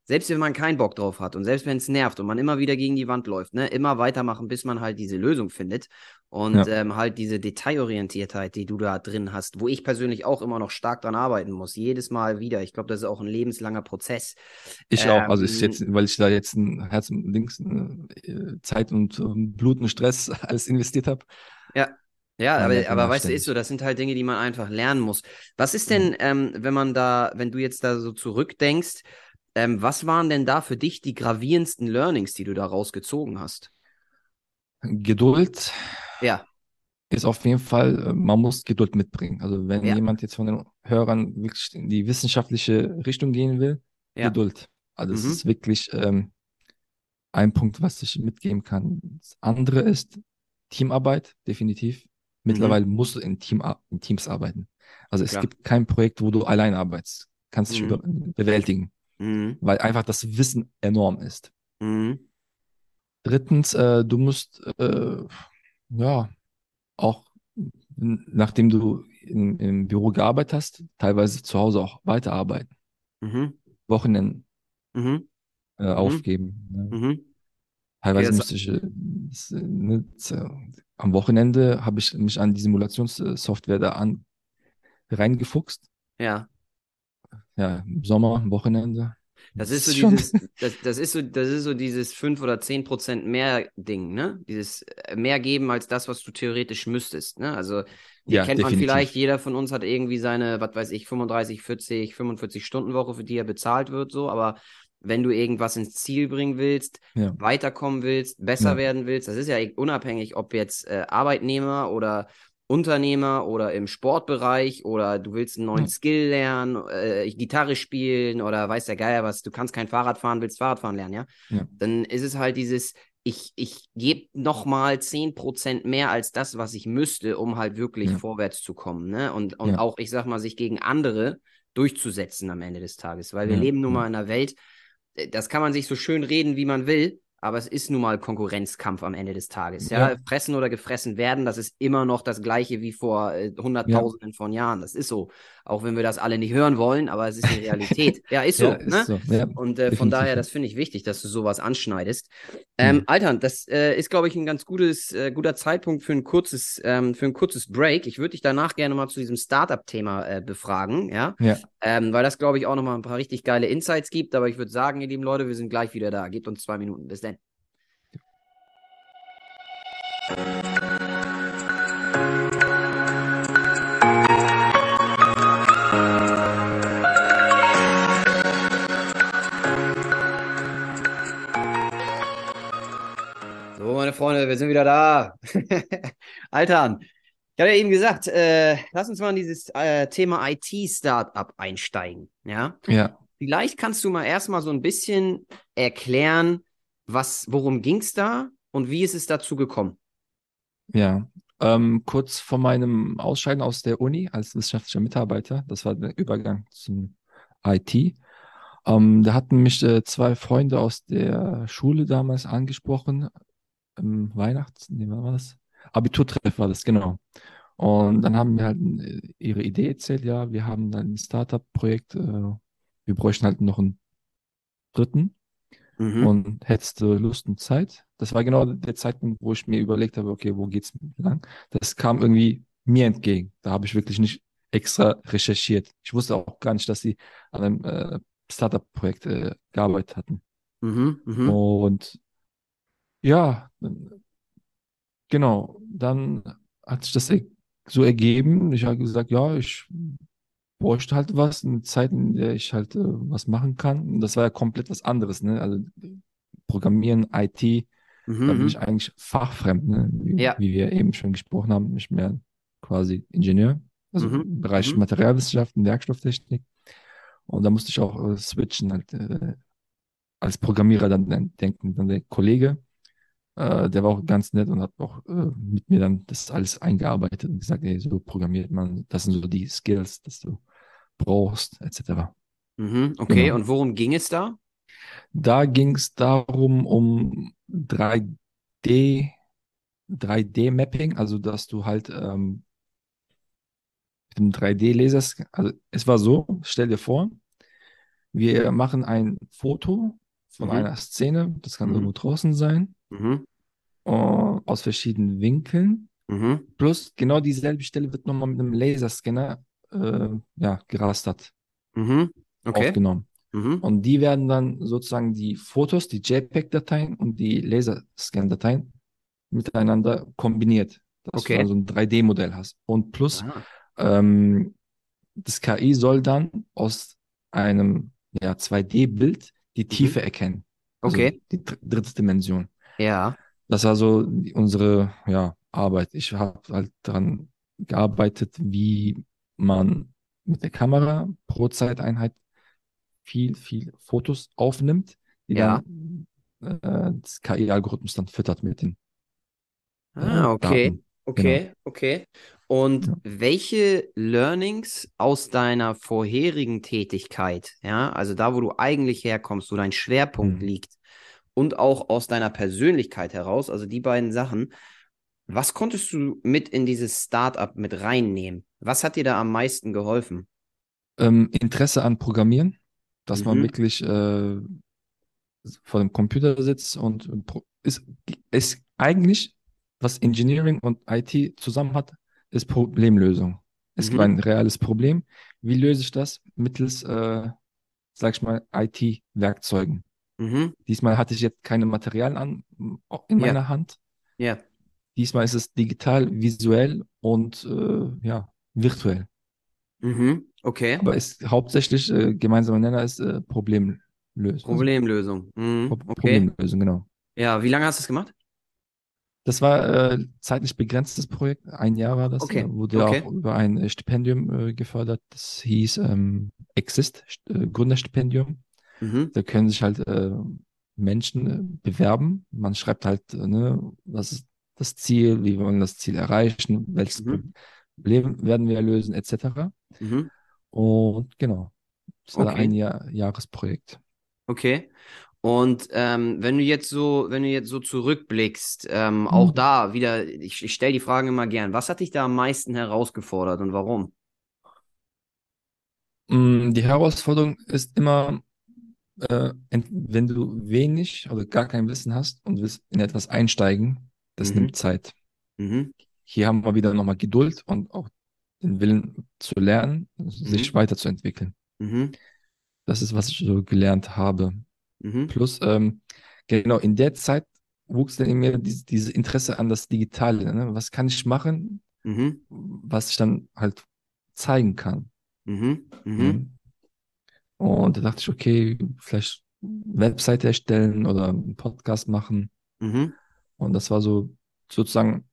selbst wenn man keinen Bock drauf hat und selbst wenn es nervt und man immer wieder gegen die Wand läuft, ne, immer weitermachen, bis man halt diese Lösung findet. Und Ja, halt diese Detailorientiertheit, die du da drin hast, wo ich persönlich auch immer noch stark dran arbeiten muss, jedes Mal wieder. Ich glaube, das ist auch ein lebenslanger Prozess. ich auch. Also ist Ähm, jetzt, weil ich da jetzt ein Herz und links Zeit und Blut und Stress alles investiert habe, ja. Ja, man lernt aber immer weißt du, ist so, ständig. das sind halt Dinge, die man einfach lernen muss. Was ist Ja. denn, wenn du jetzt da so zurückdenkst, was waren denn da für dich die gravierendsten Learnings, die du da rausgezogen hast? Geduld Ja, ist auf jeden Fall, man muss Geduld mitbringen. Also wenn ja, jemand jetzt von den Hörern wirklich in die wissenschaftliche Richtung gehen will, ja. Geduld. Also es Mhm, ist wirklich ein Punkt, was ich mitgeben kann. Das andere ist Teamarbeit, definitiv. mhm, Mittlerweile musst du in Teams arbeiten. Also es klar. gibt kein Projekt, wo du allein arbeitest. Kannst dich Mhm, bewältigen, mhm, weil einfach das Wissen enorm ist. mhm, Drittens, du musst ja auch, nachdem du im Büro gearbeitet hast, teilweise zu Hause auch weiterarbeiten, mhm, Wochenenden mhm, mhm, aufgeben. Ne? mhm. Okay, Teilweise musste ich am Wochenende habe ich mich an die Simulationssoftware reingefuchst. ja. Ja, im Sommer, am Wochenende. Das Das ist so ist schon. dieses, das ist so dieses 5 oder 10% mehr Ding, ne? Dieses mehr geben als das, was du theoretisch müsstest, ne? Also, die Ja, kennt man vielleicht, definitiv. jeder von uns hat irgendwie seine, was weiß ich, 35, 40, 45 Stunden Woche, für die er bezahlt wird, so, aber wenn du irgendwas ins Ziel bringen willst, Ja, weiterkommen willst, besser ja, werden willst, das ist ja unabhängig, ob jetzt Arbeitnehmer oder Unternehmer oder im Sportbereich oder du willst einen neuen ja, Skill lernen, Gitarre spielen oder weiß der Geier was, du kannst kein Fahrrad fahren, willst Fahrradfahren lernen, ja? ja, Dann ist es halt dieses, ich gebe nochmal 10% mehr als das, was ich müsste, um halt wirklich ja, vorwärts zu kommen, ne? Und ja, auch, ich sag mal, sich gegen andere durchzusetzen am Ende des Tages, weil wir ja, leben nun ja, mal in einer Welt, das kann man sich so schön reden, wie man will, aber es ist nun mal Konkurrenzkampf am Ende des Tages. Ja, ja, fressen oder gefressen werden, das ist immer noch das Gleiche wie vor ja, Hunderttausenden von Jahren. Das ist so. Auch wenn wir das alle nicht hören wollen, aber es ist die Realität. Ja, ist ja, so. ist Ne? so. Ja, Und von daher, definitiv. Ja. das finde ich wichtig, dass du sowas anschneidest. Ja, Alter, das ist, glaube ich, ein ganz guter Zeitpunkt für ein kurzes Break. Ich würde dich danach gerne mal zu diesem Startup-Thema befragen, ja. ja. Weil das, glaube ich, auch nochmal ein paar richtig geile Insights gibt. Aber ich würde sagen, ihr lieben Leute, wir sind gleich wieder da. Gebt uns 2 Minuten. Bis dann. So, meine Freunde, wir sind wieder da. Alter, ich hatte ja eben gesagt, lass uns mal in dieses Thema IT-Startup einsteigen. Ja, Ja, vielleicht kannst du mal erstmal so ein bisschen erklären, worum ging es da und wie ist es dazu gekommen? ja. Kurz vor meinem Ausscheiden aus der Uni als wissenschaftlicher Mitarbeiter, das war der Übergang zum IT. Da hatten mich zwei Freunde aus der Schule damals angesprochen, nee, wann war das? Abiturtreff war das, genau. Und dann haben wir halt ihre Idee erzählt, ja, wir haben dann ein Startup-Projekt, wir bräuchten halt noch einen dritten Mhm, und hättest du Lust und Zeit? Das war genau der Zeitpunkt, wo ich mir überlegt habe, okay, wo geht's lang? Das kam irgendwie mir entgegen. Da habe ich wirklich nicht extra recherchiert. Ich wusste auch gar nicht, dass sie an einem Startup-Projekt gearbeitet hatten. mhm, mhm, Und ja, genau, dann hat sich das so ergeben. Ich habe gesagt, ja, ich bräuchte halt was, eine Zeit, in der ich halt was machen kann. Und das war ja komplett was anderes, ne? Also Programmieren, IT, mhm, da bin ich mhm. eigentlich fachfremd, ne? Ja, Wie wir eben schon gesprochen haben, ich bin ja quasi Ingenieur, also mhm, im Bereich mhm, Materialwissenschaften, Werkstofftechnik. Und da musste ich auch switchen, halt, als Programmierer dann denken. Dann der Kollege, der war auch ganz nett und hat auch mit mir dann das alles eingearbeitet und gesagt, ey, so programmiert man, das sind so die Skills, dass du brauchst, etc. mhm. Okay, Genau. und worum ging es da? Da ging es darum, um 3D, 3D-Mapping, also dass du halt mit dem 3D-Laser, also es war so, stell dir vor, Wir machen ein Foto von Mhm. einer Szene, das kann irgendwo Mhm. draußen sein, Mhm. aus verschiedenen Winkeln. Mhm. Plus genau dieselbe Stelle wird nochmal mit einem Laserscanner ja, gerastert, Mhm. Okay. aufgenommen. Mhm. Und die werden dann sozusagen die Fotos, die JPEG-Dateien und die Laserscan-Dateien miteinander kombiniert, dass du dann Okay. so ein 3D-Modell hast. Und plus Ah. ähm, das KI soll dann aus einem ja, 2D-Bild die Mhm. Tiefe erkennen, also Okay. die dritte Dimension. Ja. Das war so unsere ja, Arbeit. Ich habe halt daran gearbeitet, wie man mit der Kamera pro Zeiteinheit viel Fotos aufnimmt, die Ja. dann das KI-Algorithmus dann füttert mit den Ah, okay. Daten. Genau. Okay. Okay. Und Ja. welche Learnings aus deiner vorherigen Tätigkeit, ja, also da, wo du eigentlich herkommst, wo dein Schwerpunkt Hm. liegt, und auch aus deiner Persönlichkeit heraus, also die beiden Sachen, was konntest du mit in dieses Startup mit reinnehmen? Was hat dir da am meisten geholfen? Interesse an Programmieren, dass man Mhm. wirklich vor dem Computer sitzt und ist eigentlich, was Engineering und IT zusammen hat, ist Problemlösung. Es gibt Mhm. ein reales Problem. Wie löse ich das? Mittels, sag ich mal, IT-Werkzeugen. Mhm. Diesmal hatte ich jetzt keine Materialien in Ja. meiner Hand. Ja. Diesmal ist es digital, visuell und ja, virtuell. Mhm. Okay. Aber ist hauptsächlich gemeinsamer Nenner ist Problemlösen. Also Problemlösung. Mhm. Okay. Problemlösung, genau. Ja, wie lange hast du es gemacht? Das war zeitlich begrenztes Projekt. Ein Jahr war das. Okay. Wurde auch Okay. über ein Stipendium gefördert. Das hieß Exist, Gründerstipendium. Mhm. Da können sich halt Menschen bewerben. Man schreibt halt, ne, was ist das Ziel, wie wollen wir das Ziel erreichen, welches Mhm. Problem werden wir lösen, etc. Mhm. Und genau, das war ein Okay. Jahresprojekt. Okay. Und wenn du jetzt so zurückblickst, auch Mhm. da wieder, ich stelle die Fragen immer gern, was hat dich da am meisten herausgefordert und warum? Die Herausforderung ist immer, wenn du wenig oder gar kein Wissen hast und willst in etwas einsteigen, das Mhm. nimmt Zeit. Mhm. Hier haben wir wieder nochmal Geduld und auch den Willen zu lernen, Mhm. sich weiterzuentwickeln. Mhm. Das ist, was ich so gelernt habe. Mhm. Plus, genau, in der Zeit wuchs dann in mir dieses Interesse an das Digitale. Ne? Was kann ich machen, Mhm. was ich dann halt zeigen kann? Mhm. Mhm. Ne? Und da dachte ich, okay, vielleicht Webseite erstellen oder einen Podcast machen. Mhm. Und das war so sozusagen,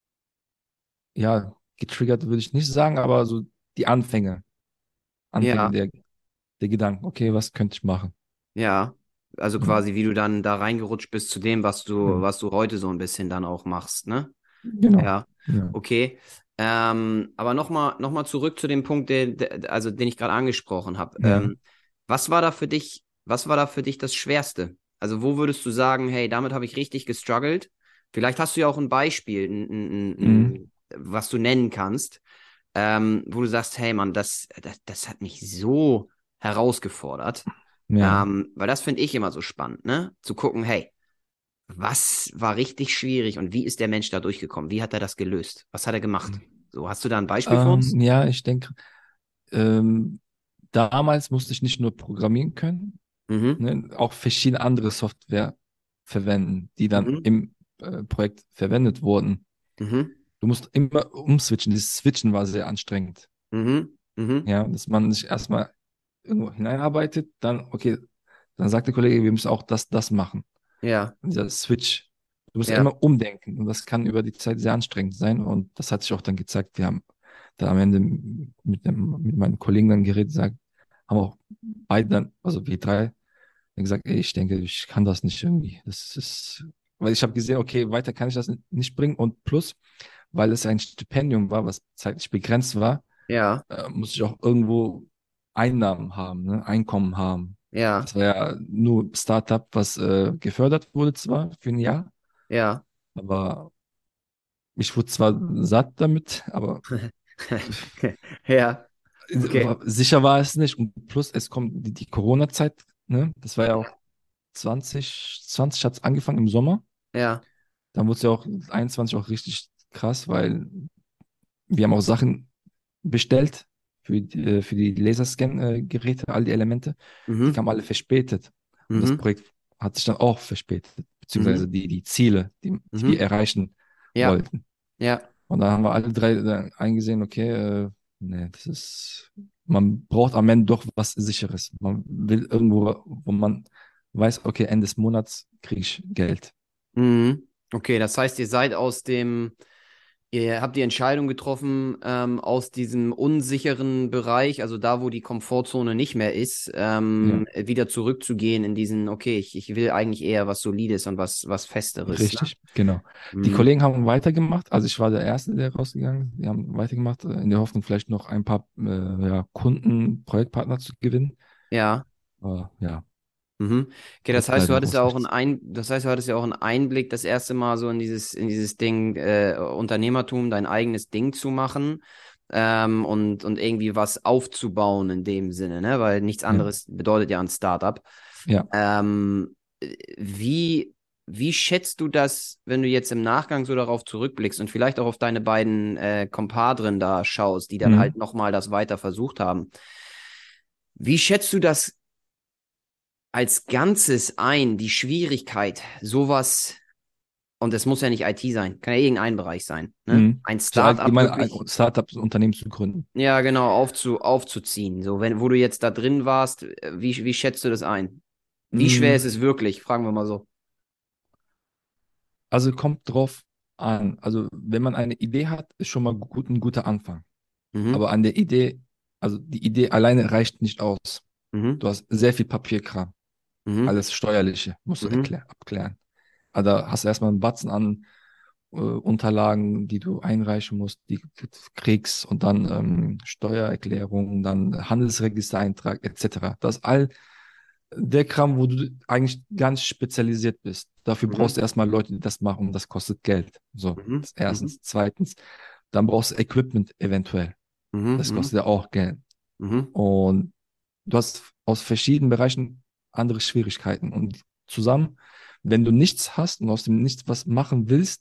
ja, getriggert würde ich nicht sagen, aber so die Anfänge Ja, der Gedanken. Okay, was könnte ich machen? ja. Also Ja, quasi, wie du dann da reingerutscht bist zu dem, was du, ja. was du heute so ein bisschen dann auch machst, ne? Genau. Ja, Ja. okay. Aber noch mal zurück zu dem Punkt, also den ich gerade angesprochen habe. Ja. Was war da für dich das Schwerste? Also wo würdest du sagen, hey, damit habe ich richtig gestruggelt? Vielleicht hast du ja auch ein Beispiel, Mhm. was du nennen kannst, wo du sagst, hey Mann, das hat mich so herausgefordert. Ja. Weil das finde ich immer so spannend, ne? Zu gucken, hey, was war richtig schwierig und wie ist der Mensch da durchgekommen? Wie hat er das gelöst? Was hat er gemacht? So, hast du da ein Beispiel für uns? Ja, ich denke, ähm, damals musste ich nicht nur programmieren können, Mhm. ne, auch verschiedene andere Software verwenden, die dann Mhm. im Projekt verwendet wurden. Mhm. Du musst immer umswitchen. Dieses Switchen war sehr anstrengend. Mhm. Mhm. Ja, dass man sich erstmal irgendwo hineinarbeitet, dann, okay, dann sagt der Kollege, wir müssen auch das machen. Ja, Und dieser Switch, du musst ja. immer umdenken und das kann über die Zeit sehr anstrengend sein und das hat sich auch dann gezeigt. Wir haben da am Ende mit meinen Kollegen dann geredet, haben auch beide dann, also wir drei, dann gesagt, ey, ich denke, ich kann das nicht irgendwie. Das ist, weil ich habe gesehen, okay, weiter kann ich das nicht bringen und plus, weil es ein Stipendium war, was zeitlich begrenzt war, Ja, muss ich auch irgendwo Einnahmen haben, ne? Einkommen haben. ja, Das war ja nur Startup, was gefördert wurde zwar für ein Jahr, ja. aber ich wurde zwar satt damit, aber Ja. Okay. Sicher war es nicht. Und plus, es kommt die Corona-Zeit, ne? Das war ja auch 2020 hat es angefangen im Sommer. Ja. Dann wurde es ja auch 21 auch richtig krass, weil wir haben auch Sachen bestellt für die Laserscan-Geräte, all die Elemente. Die Mhm. kamen alle verspätet. Und das Mhm. Projekt hat sich dann auch verspätet, beziehungsweise Mhm. die Ziele, die wir Mhm. erreichen Ja. wollten. Ja. Und dann haben wir alle drei dann eingesehen, okay, nee, man braucht am Ende doch was Sicheres. Man will irgendwo, wo man weiß, okay, Ende des Monats kriege ich Geld. Mhm. Okay, das heißt, ihr habt die Entscheidung getroffen, aus diesem unsicheren Bereich, also da, wo die Komfortzone nicht mehr ist, Ja, wieder zurückzugehen in diesen, okay, ich will eigentlich eher was Solides und was Festeres, ne? richtig, genau. Die Mhm. Kollegen haben weitergemacht, also ich war der Erste, der rausgegangen ist. Die haben weitergemacht, in der Hoffnung, vielleicht noch ein paar ja, Kunden, Projektpartner zu gewinnen. Ja. Aber ja, Mhm. Okay, das wird heißt, du leider hattest ja raus auch nichts. das heißt, du hattest ja auch einen Einblick, das erste Mal so in dieses Ding, Unternehmertum, dein eigenes Ding zu machen, und irgendwie was aufzubauen in dem Sinne, ne? Weil nichts Ja, anderes bedeutet ja ein Startup. ja. Ähm, wie, wie schätzt du das, wenn du jetzt im Nachgang so darauf zurückblickst und vielleicht auch auf deine beiden Kompadren da schaust, die dann halt Mhm. nochmal das weiter versucht haben? Wie schätzt du das als Ganzes ein, die Schwierigkeit, sowas, und es muss ja nicht IT sein, kann ja irgendein Bereich sein, ne? Mhm. Ein So Startup allgemein ein wirklich, Startup-Unternehmen zu gründen. ja, genau, aufzuziehen. So, wo du jetzt da drin warst, wie schätzt du das ein? Wie schwer Mhm. ist es wirklich? Fragen wir mal so. Also kommt drauf an. Also wenn man eine Idee hat, ist schon mal ein guter Anfang. Mhm, Aber an der Idee, also die Idee alleine reicht nicht aus. mhm, Du hast sehr viel Papierkram. mhm, Alles Steuerliche musst du mhm, abklären. Also da hast du erstmal einen Batzen an Unterlagen, die du einreichen musst, die du kriegst und dann Steuererklärung, dann Handelsregistereintrag etc. Das ist all der Kram, wo du eigentlich ganz spezialisiert bist. Dafür brauchst mhm, du erstmal Leute, die das machen und das kostet Geld. So, mhm, das mhm, erstens. Zweitens, dann brauchst du Equipment eventuell. mhm, Das mhm, kostet ja auch Geld. mhm, Und du hast aus verschiedenen Bereichen andere Schwierigkeiten. Und zusammen, wenn du nichts hast und aus dem Nichts was machen willst,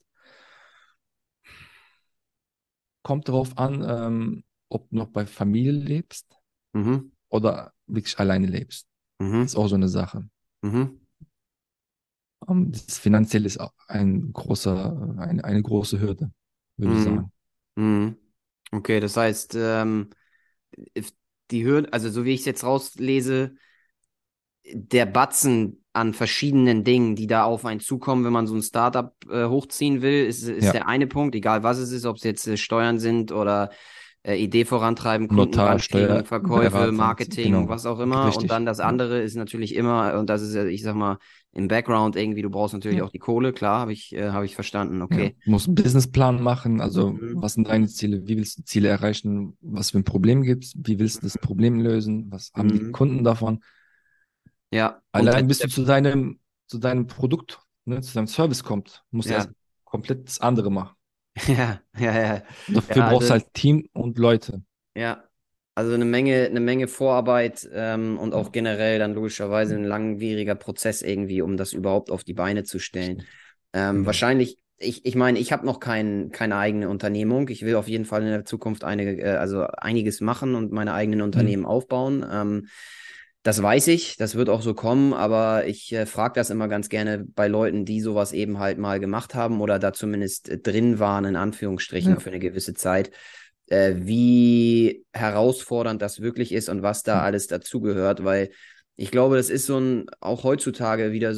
kommt darauf an, ob du noch bei Familie lebst mhm, oder wirklich alleine lebst. Das mhm, ist auch so eine Sache. mhm, Das finanziell ist auch eine große Hürde, würde ich mhm, sagen. mhm. Okay, das heißt, if- die Hürden, also so wie ich es jetzt rauslese, der Batzen an verschiedenen Dingen, die da auf einen zukommen, wenn man so ein Startup hochziehen will, ist Ja, der eine Punkt, egal was es ist, ob es jetzt Steuern sind oder Idee vorantreiben, Kunden Notar, rankriegen, Verkäufe, Steuerberater, Marketing, genau. was auch immer. Und Richtig, dann das genau. andere ist natürlich immer, und das ist, ich sag mal, im Background irgendwie, du brauchst natürlich Ja, auch die Kohle, klar, hab ich verstanden, ja. okay. Du musst einen Businessplan machen, also Mhm. was sind deine Ziele, wie willst du Ziele erreichen, was für ein Problem gibt es, wie willst du das Problem lösen, was haben die Mhm. Kunden davon? Ja, und Allein bis du zu deinem Produkt, ne, zu deinem Service kommt, musst du ja, erst komplett das andere machen. ja. Und Ja, dafür brauchst du also halt Team und Leute. ja, also eine Menge Vorarbeit und auch Ja, generell dann logischerweise ein langwieriger Prozess irgendwie, um das überhaupt auf die Beine zu stellen. richtig. Genau. Wahrscheinlich, ich meine, ich habe noch keine eigene Unternehmung. Ich will auf jeden Fall in der Zukunft also einiges machen und meine eigenen Mhm. Unternehmen aufbauen. Das weiß ich, das wird auch so kommen, aber ich frage das immer ganz gerne bei Leuten, die sowas eben halt mal gemacht haben oder da zumindest drin waren, in Anführungsstrichen, Ja. für eine gewisse Zeit, wie herausfordernd das wirklich ist und was da alles dazugehört, weil ich glaube, das ist auch heutzutage wieder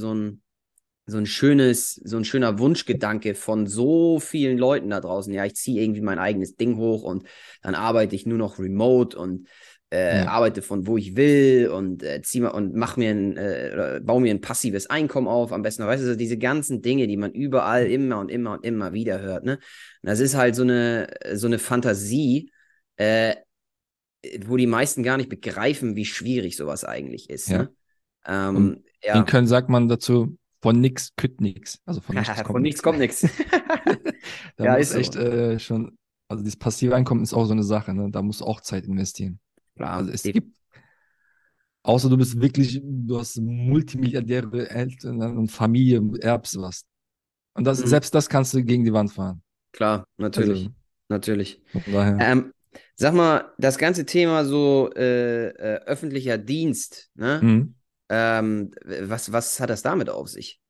so ein schöner Wunschgedanke von so vielen Leuten da draußen. Ja, ich ziehe irgendwie mein eigenes Ding hoch und dann arbeite ich nur noch remote und Ja. arbeite von wo ich will und zieh mal und mach mir oder baue mir ein passives Einkommen auf. Am besten, weißt du, so diese ganzen Dinge, die man überall immer und immer und immer wieder hört, ne? Und das ist halt so eine Fantasie, äh, wo die meisten gar nicht begreifen, wie schwierig sowas eigentlich ist, Ja. ne? Und in Ja, Köln sagt man dazu, von nix kütt nix. Also von nichts kommt von nichts nichts. kommt nichts. Da Ja, muss ist echt so. schon, also dieses passive Einkommen ist auch so eine Sache, ne? Da musst du auch Zeit investieren. Klar. Also es gibt, außer du bist wirklich, du hast multimilliardäre Eltern und Familie, erbst was. Und das, Mhm. selbst das kannst du gegen die Wand fahren. Klar, Also natürlich. Natürlich. von daher. Ähm, Sag mal, das ganze Thema so öffentlicher Dienst, ne? Mhm. Was hat das damit auf sich?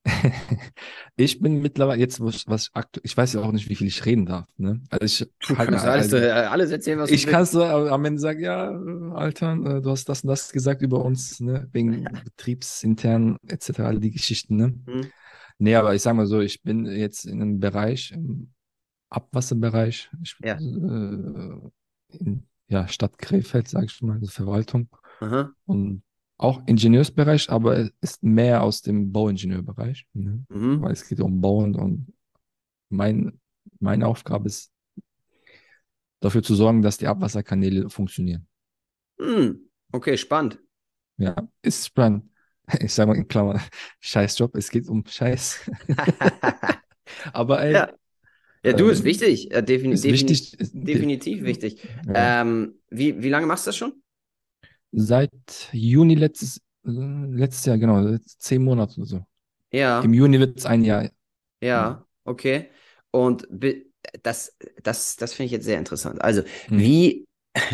Ich bin mittlerweile, jetzt, was ich weiß ja auch nicht, wie viel ich reden darf, ne? Also ich Du halt, kannst alles erzählen, was du ich willst. kann so am Ende sagen, ja, Alter, du hast das und das gesagt über uns, ne? Wegen betriebsintern etc., all die Geschichten, ne? Hm? Nee, aber ich sag mal so, ich bin jetzt in einem Bereich, im Abwasserbereich, Ja. in ja, Stadt Krefeld, sage ich mal, also Verwaltung Aha. und auch Ingenieursbereich, aber es ist mehr aus dem Bauingenieurbereich, ne? Mhm. Weil es geht um Bauen und mein, meine Aufgabe ist, dafür zu sorgen, dass die Abwasserkanäle funktionieren. Hm. Okay, spannend. Ja, ist spannend. Ich sage mal in Klammern, Scheißjob, es geht um Scheiß. Aber ey, Ja. Ja, du ist ähm, wichtig. ist wichtig, Definitiv wichtig. ja. Wie lange machst du das schon? Seit Juni letztes Jahr, genau, 10 Monate oder so. Im Ja. Juni wird es ein Jahr. Ja. Ja, okay. Und das finde ich jetzt sehr interessant. Also, Mhm. wie,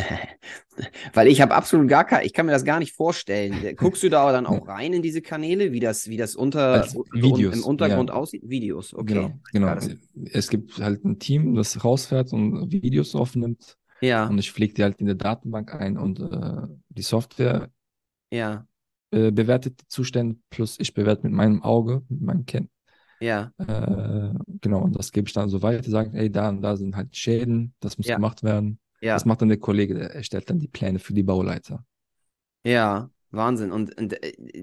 weil ich habe absolut gar kein, ich kann mir das gar nicht vorstellen. Guckst du da dann Ja. auch rein in diese Kanäle, wie das Als im Videos, ja, Untergrund aussieht? Videos, okay. genau, Ja, genau. Es gibt halt ein Team, das rausfährt und Videos aufnimmt ja, und ich pflege die halt in der Datenbank ein und die Software ja, bewertet die Zustände, plus ich bewerte mit meinem Auge, mit meinem Ken. ja, Genau, und das gebe ich dann so weiter, sagen, ey, da und da sind halt Schäden, das muss ja, gemacht werden. Das ja. macht dann der Kollege, der erstellt dann die Pläne für die Bauleiter. Ja, Wahnsinn. Und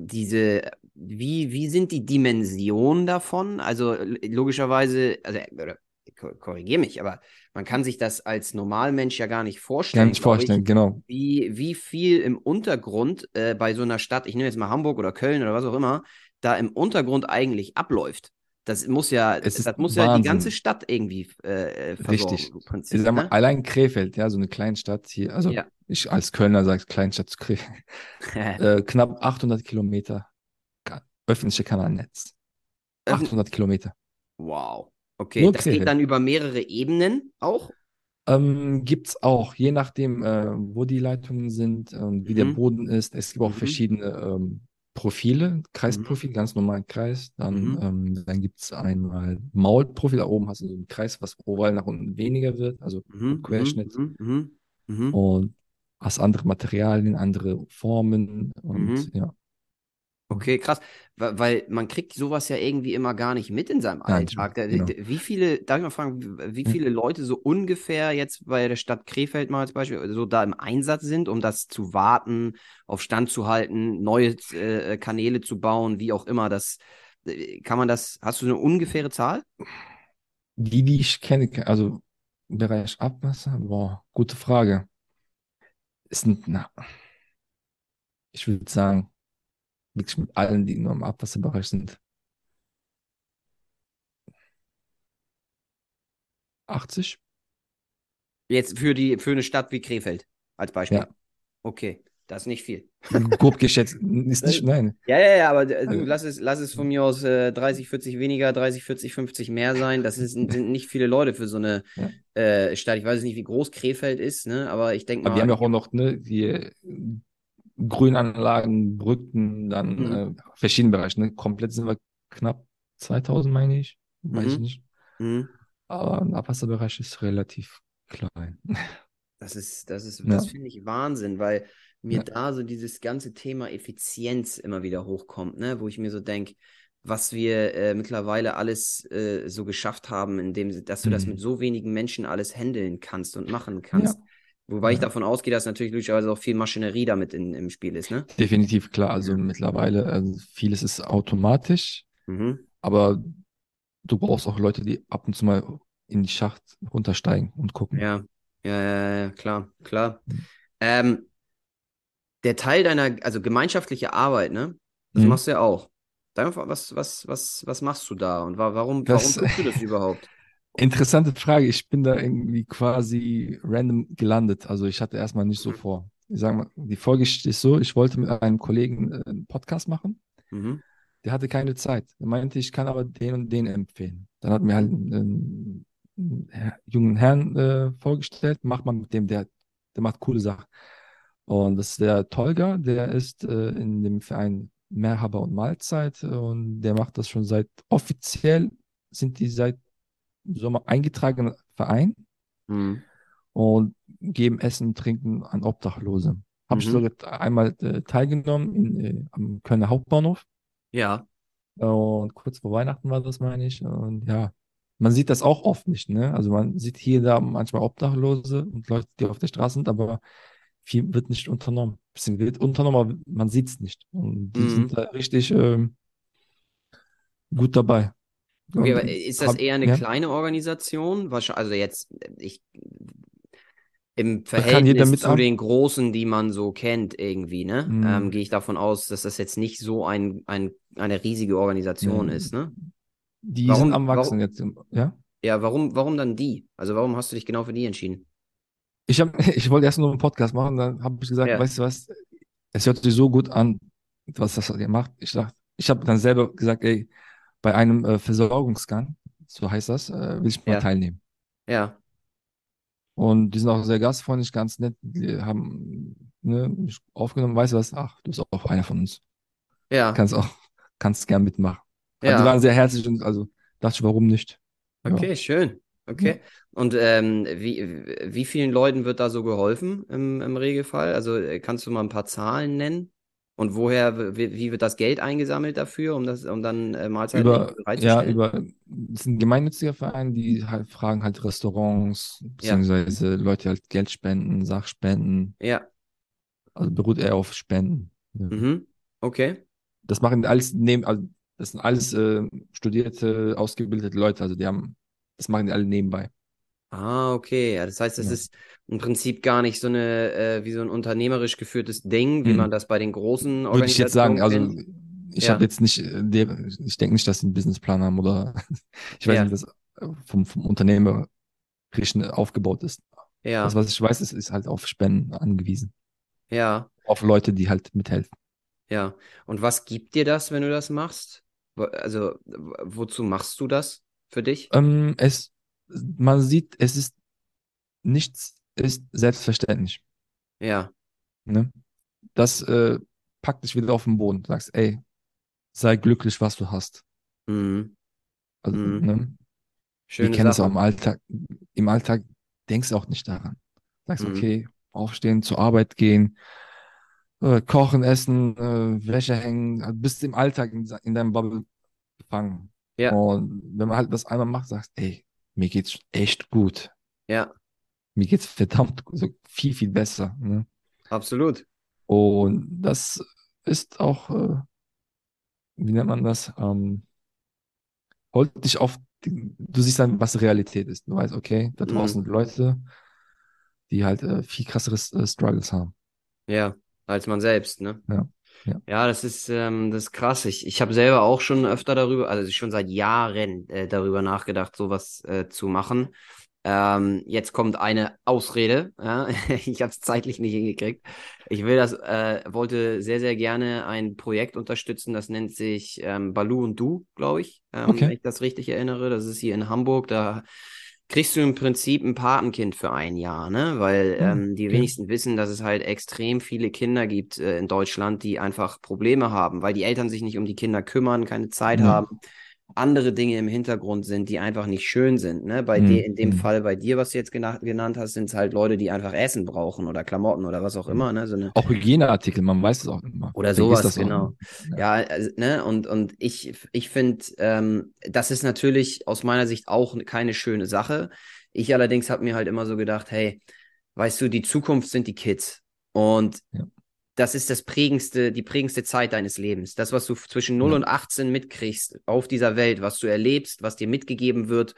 wie sind die Dimensionen davon? Also logischerweise, also oder, korrigiere mich, aber man kann sich das als Normalmensch ja gar nicht Kann vorstellen, ich glaube ich, vorstellen, genau. wie viel im Untergrund bei so einer Stadt, ich nehme jetzt mal Hamburg oder Köln oder was auch immer, da im Untergrund eigentlich abläuft. Es ist Das muss ja die ganze Wahnsinn, Stadt irgendwie versorgen, richtig. im Ich Prinzip, sag mal, ne? allein Krefeld, ja, so eine Kleinstadt hier, also Ja. ich als Kölner sage Kleinstadt zu Krefeld, knapp 800 Kilometer öffentliche Kanalnetz. Öffn 800 Kilometer. Wow. Okay, Nur das geht Krefeld. dann über mehrere Ebenen auch? Gibt es auch, je nachdem, wo die Leitungen sind, wie der Mhm. Boden ist. Es gibt auch Mhm. verschiedene Profile, Mhm. Kreisprofil, ganz normalen Kreis. Mhm. Dann gibt es einmal Maulprofil, da oben hast du so einen Kreis, was oval nach unten weniger wird, also Mhm. Mhm. Querschnitt. Mhm. Mhm. Mhm. Und hast andere Materialien, andere Formen und Mhm. ja, Okay, krass. Weil man kriegt sowas ja irgendwie immer gar nicht mit in seinem gar nicht mehr. Alltag. Genau. Wie viele, darf ich mal fragen, wie Hm. viele Leute so ungefähr jetzt bei der Stadt Krefeld mal als Beispiel so da im Einsatz sind, um das zu warten, auf Stand zu halten, neue Kanäle zu bauen, wie auch immer. Kann man das, hast du eine ungefähre Zahl? Die ich kenne, also im Bereich Abwasser, boah, gute Frage. Ist ein, na, ich würde sagen, wirklich mit allen, die nur im Abwasserbereich sind, 80? Jetzt für eine Stadt wie Krefeld als Ja, Beispiel. Okay, das ist nicht viel. grob geschätzt. Ist nicht, Ne? nein. Ja, aber du, Also, lass es von mir aus 30, 40 weniger, 30, 40, 50 mehr sein. Sind nicht viele Leute für so eine ja. Stadt. Ich weiß nicht, wie groß Krefeld ist, ne? Aber ich denke Aber wir mal, haben ja auch noch ne, die Grünanlagen, Brücken, dann mhm, verschiedene Bereiche. Ne? Komplett sind wir knapp 2000, meine ich. Weiß ich mhm, nicht. mhm. Aber im Abwasserbereich ist relativ klein. Das Ja, finde ich Wahnsinn, weil mir ja. da so dieses ganze Thema Effizienz immer wieder hochkommt, ne? Wo ich mir so denke, was wir mittlerweile alles so geschafft haben, dass du das mit Mhm. so wenigen Menschen alles handeln kannst und machen Ja, kannst. Wobei ich ja. davon ausgehe, dass natürlich logischerweise auch viel Maschinerie damit im Spiel ist, ne? Definitiv klar. Also Ja. mittlerweile, also vieles ist automatisch, Mhm. aber du brauchst auch Leute, die ab und zu mal in die Schacht runtersteigen und gucken. Klar, klar. Ähm, Der Teil deiner, also gemeinschaftliche Arbeit, ne? Das Mhm. machst du ja auch. Was machst du da und warum Das tust du das überhaupt? interessante Frage. Ich bin da irgendwie quasi random gelandet. Also ich hatte erstmal nicht so Mhm. vor. ich sag mal, die Vorgeschichte ist so, ich wollte mit einem Kollegen einen Podcast machen. Mhm. Der hatte keine Zeit. Er meinte, ich kann aber den und den empfehlen. Dann hat mir halt einen jungen Herrn vorgestellt, mach mal mit dem, der macht coole Sachen. Und das ist der Tolga, der ist in dem Verein Merhaba und Mahlzeit und der macht das schon offiziell sind die seit Sommer eingetragener Verein Mhm. und geben Essen, Trinken an Obdachlose. Habe ich Mhm. sogar einmal teilgenommen am Kölner Hauptbahnhof. Ja. Und kurz vor Weihnachten war das, meine ich. Und ja, man sieht das auch oft nicht, ne? Also man sieht hier da manchmal Obdachlose und Leute, die auf der Straße sind, aber viel wird nicht unternommen. Bisschen wird unternommen, aber man sieht es nicht. Und die sind Mhm. da richtig gut dabei. Okay, aber Und ist das eher eine ja, kleine Organisation? Also jetzt, im da kann jeder Verhältnis zu mitarbeiten. den Großen, die man so kennt, irgendwie, ne? Mm, Gehe ich davon aus, dass das jetzt nicht so eine riesige Organisation ne, ist, ne? die sind Warum, am Wachsen warum, jetzt. Ja. ja, warum dann die? Also warum hast du dich genau für die entschieden? Ich wollte erst nur einen Podcast machen, dann habe ich gesagt, Ja, weißt du was, es hört sich so gut an, was das ihr macht. Ich habe dann selber gesagt, ey, bei einem Versorgungsgang, so heißt das, will ich mal ja, teilnehmen. ja, Und die sind auch sehr gastfreundlich, ganz nett. Die haben mich aufgenommen, weißt du was, ach, du bist auch einer von uns. ja, Kannst auch, kannst gern mitmachen. Also die ja. waren sehr herzlich und also dachte ich, warum nicht? Ja. Okay, schön. Ja. Okay. Und wie vielen Leuten wird da so geholfen im Regelfall? Also kannst du mal ein paar Zahlen nennen? Und wie wird das Geld eingesammelt dafür, um dann Mahlzeiten irgendwie Ja, bereitzustellen? das ist ein gemeinnütziger Verein, die halt fragen halt Restaurants, Ja, beziehungsweise Leute halt Geld spenden, Sachspenden. ja. Also beruht eher auf Spenden. Ja. Mhm. Okay. Das machen alles also das sind alles studierte, ausgebildete Leute, also das machen die alle nebenbei. Ah, okay. Ja, das heißt, es Ja. ist im Prinzip gar nicht so wie so ein unternehmerisch geführtes Ding, wie man Hm. das bei den großen Würde ich jetzt sagen, Organisationen also kennt. ich habe Ja, jetzt nicht, ich denke nicht, dass sie einen Businessplan haben oder ich weiß nicht, wie ja, das vom Unternehmerischen aufgebaut ist. Das, ja, was ich weiß, ist halt auf Spenden angewiesen. ja. Auf Leute, die halt mithelfen. Ja, und was gibt dir das, wenn du das machst? Also, wozu machst du das für dich? Ähm, es, Man sieht, nichts ist selbstverständlich. Ja, Ne? Das packt dich wieder auf den Boden. Du sagst, ey, sei glücklich, was du hast. mhm. Also, Mhm. ne? Wir Schöne kennen es auch Sache. im Alltag. Im Alltag denkst du auch nicht daran. Sagst, Mhm. okay, aufstehen, zur Arbeit gehen, kochen, essen, Wäsche hängen, also bist im Alltag in deinem Bubble gefangen. Ja, Und wenn man halt das einmal macht, sagst, ey, mir geht's echt gut. ja, Mir geht's verdammt so viel, viel besser. Ne? absolut. Und das ist auch, wie nennt man das? Holt dich auf, du siehst dann, was Realität ist. Du weißt, okay, da Mhm. draußen sind Leute, die halt viel krasseres Struggles haben. Ja, als man selbst, ne? Ja, ja. Ja, das ist krass. Ich habe selber auch schon öfter darüber, also schon seit Jahren darüber nachgedacht, sowas zu machen. Jetzt kommt eine Ausrede. Ja? Ich habe es zeitlich nicht hingekriegt. Wollte sehr, sehr gerne ein Projekt unterstützen, das nennt sich Baloo und Du, glaube ich, wenn Okay. ich das richtig erinnere. Das ist hier in Hamburg. Da kriegst du im Prinzip ein Patenkind für ein Jahr, ne? Weil Hm, die okay. wenigsten wissen, dass es halt extrem viele Kinder gibt in Deutschland, die einfach Probleme haben, weil die Eltern sich nicht um die Kinder kümmern, keine Zeit Ja. haben, andere Dinge im Hintergrund sind, die einfach nicht schön sind. Ne? Bei dir, Hm, in dem hm, Fall bei dir, was du jetzt genannt hast, sind es halt Leute, die einfach Essen brauchen oder Klamotten oder was auch hm. immer, ne? So eine Auch Hygieneartikel, man weiß es auch immer. oder Vergisst sowas, das auch genau. immer. Ja. Ja, also, ne, und ich finde, das ist natürlich aus meiner Sicht auch keine schöne Sache. Ich allerdings habe mir halt immer so gedacht, hey, weißt du, die Zukunft sind die Kids. Und Ja. das ist die prägendste Zeit deines Lebens. Das, was du zwischen 0 Ja. und 18 mitkriegst auf dieser Welt, was du erlebst, was dir mitgegeben wird,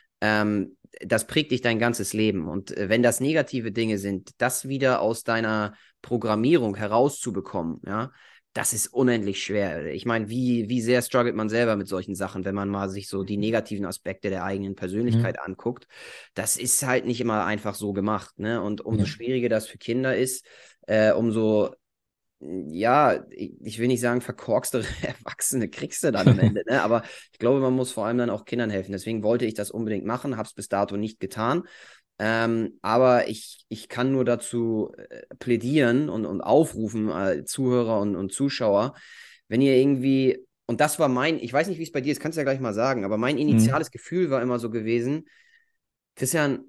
das prägt dich dein ganzes Leben. Und wenn das negative Dinge sind, das wieder aus deiner Programmierung herauszubekommen, ja, das ist unendlich schwer. Ich meine, wie sehr struggelt man selber mit solchen Sachen, wenn man mal sich so die negativen Aspekte der eigenen Ja. Persönlichkeit anguckt. Das ist halt nicht immer einfach so gemacht, ne? Und umso Ja. schwieriger das für Kinder ist, umso, ja, ich will nicht sagen, verkorkstere Erwachsene kriegst du dann am Ende, ne? Aber ich glaube, man muss vor allem dann auch Kindern helfen. Deswegen wollte ich das unbedingt machen, habe es bis dato nicht getan. Aber ich kann nur dazu plädieren und aufrufen, Zuhörer und Zuschauer, wenn ihr irgendwie, und das war ich weiß nicht, wie es bei dir ist, kannst du ja gleich mal sagen, aber mein Mhm. initiales Gefühl war immer so gewesen, Christian,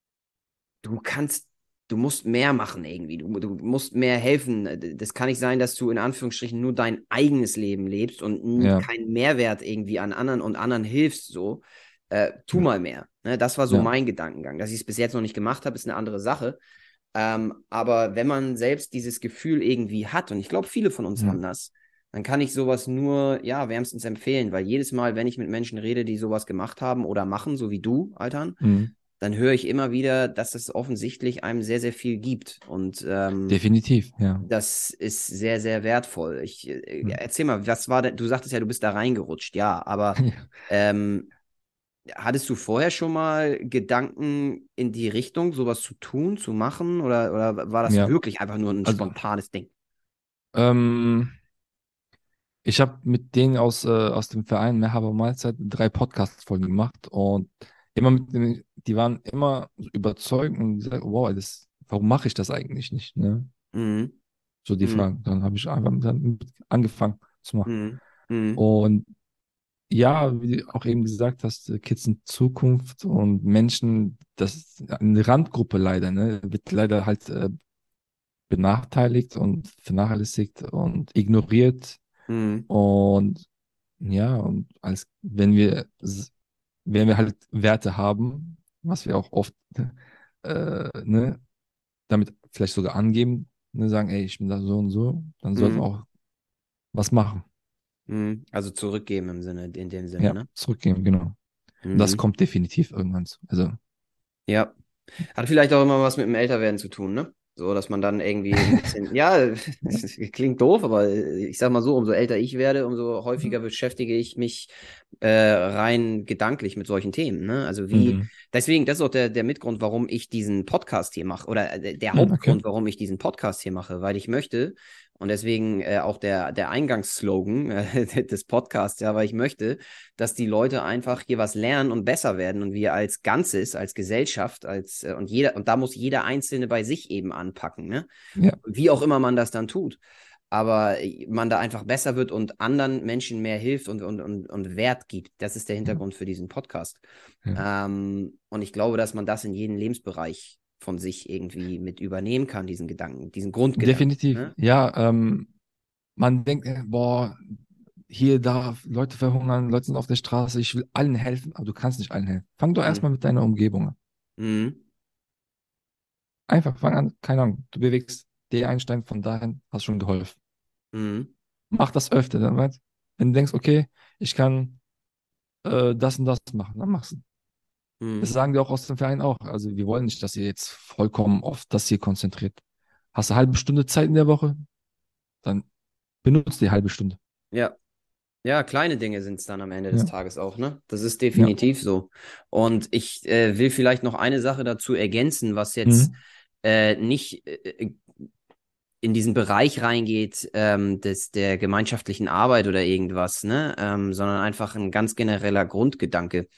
du kannst, du musst mehr machen irgendwie. Du musst mehr helfen. Das kann nicht sein, dass du in Anführungsstrichen nur dein eigenes Leben lebst und Ja, keinen Mehrwert irgendwie an anderen und anderen hilfst. So, tu ja, mal mehr. Ne? Das war so ja. mein Gedankengang. Dass ich es bis jetzt noch nicht gemacht habe, ist eine andere Sache. Aber wenn man selbst dieses Gefühl irgendwie hat, und ich glaube, viele von uns Ja. haben das, dann kann ich sowas nur, ja, wärmstens empfehlen, weil jedes Mal, wenn ich mit Menschen rede, die sowas gemacht haben oder machen, so wie du, Altern, Mhm. dann höre ich immer wieder, dass es offensichtlich einem sehr, sehr viel gibt. Und Definitiv, ja. das ist sehr, sehr wertvoll. Ja. Erzähl mal, was war denn, du sagtest ja, du bist da reingerutscht, ja, aber ähm, hattest du vorher schon mal Gedanken in die Richtung, sowas zu tun, zu machen, oder war das Ja, wirklich einfach nur ein also spontanes Ding? ähm, ich habe mit denen aus dem Verein Mehrhaber Mahlzeit 3 Podcast-Folgen gemacht und immer mit denen, die waren immer so überzeugend und gesagt, wow, warum mache ich das eigentlich nicht? Ne? Mhm. So die Mhm. Fragen. Dann habe ich einfach dann angefangen zu machen. Mhm. Mhm. Und ja, wie du auch eben gesagt hast, Kids sind Zukunft und Menschen, das ist eine Randgruppe leider, ne? Wird leider halt benachteiligt und vernachlässigt und ignoriert. Mhm. Und ja, und wenn wir halt Werte haben, was wir auch oft ne, damit vielleicht sogar angeben, ne, sagen, ey, ich bin da so und so, dann sollten wir Mhm. auch was machen. Mhm. Also zurückgeben in dem Sinne, Ja, ne? zurückgeben, genau. Und das Mhm. kommt definitiv irgendwann zu. Also, Ja. Hat vielleicht auch immer was mit dem Älterwerden zu tun, ne? So, dass man dann irgendwie ein bisschen, ja, klingt doof, aber ich sag mal so, umso älter ich werde, umso häufiger beschäftige ich mich rein gedanklich mit solchen Themen, ne? Also mhm. deswegen, das ist auch der Mitgrund, warum ich diesen Podcast hier mache, oder der Mhm, okay. Hauptgrund, warum ich diesen Podcast hier mache, weil ich möchte, und deswegen auch der Eingangsslogan des Podcasts, ja, weil ich möchte, dass die Leute einfach hier was lernen und besser werden und wir als Ganzes, als Gesellschaft, und da muss jeder Einzelne bei sich eben anpacken, ne? Ja, Wie auch immer man das dann tut. Aber man da einfach besser wird und anderen Menschen mehr hilft und Wert gibt. Das ist der ja, Hintergrund für diesen Podcast. ja. Und ich glaube, dass man das in jeden Lebensbereich von sich irgendwie mit übernehmen kann, diesen Gedanken, diesen Grundgedanken. Definitiv. Ne? Ja, man denkt, boah, hier, da, Leute verhungern, Leute sind auf der Straße, ich will allen helfen, aber du kannst nicht allen helfen. Fang doch Mhm. erstmal mit deiner Umgebung an. Mhm. Einfach fang an, keine Ahnung, du bewegst den einen Stein von dahin, hast schon geholfen. Mhm. Mach das öfter, dann weißt, wenn du denkst, okay, ich kann das und das machen, dann machst du. Das Mhm. sagen wir auch aus dem Verein auch. Also wir wollen nicht, dass ihr jetzt vollkommen auf das hier konzentriert. Hast du eine halbe Stunde Zeit in der Woche, dann benutzt die halbe Stunde. Ja. Ja, kleine Dinge sind es dann am Ende des Ja, Tages auch, ne? Das ist ja. definitiv so. Und ich will vielleicht noch eine Sache dazu ergänzen, was jetzt Mhm. nicht in diesen Bereich reingeht, der gemeinschaftlichen Arbeit oder irgendwas, ne? Sondern einfach ein ganz genereller Grundgedanke.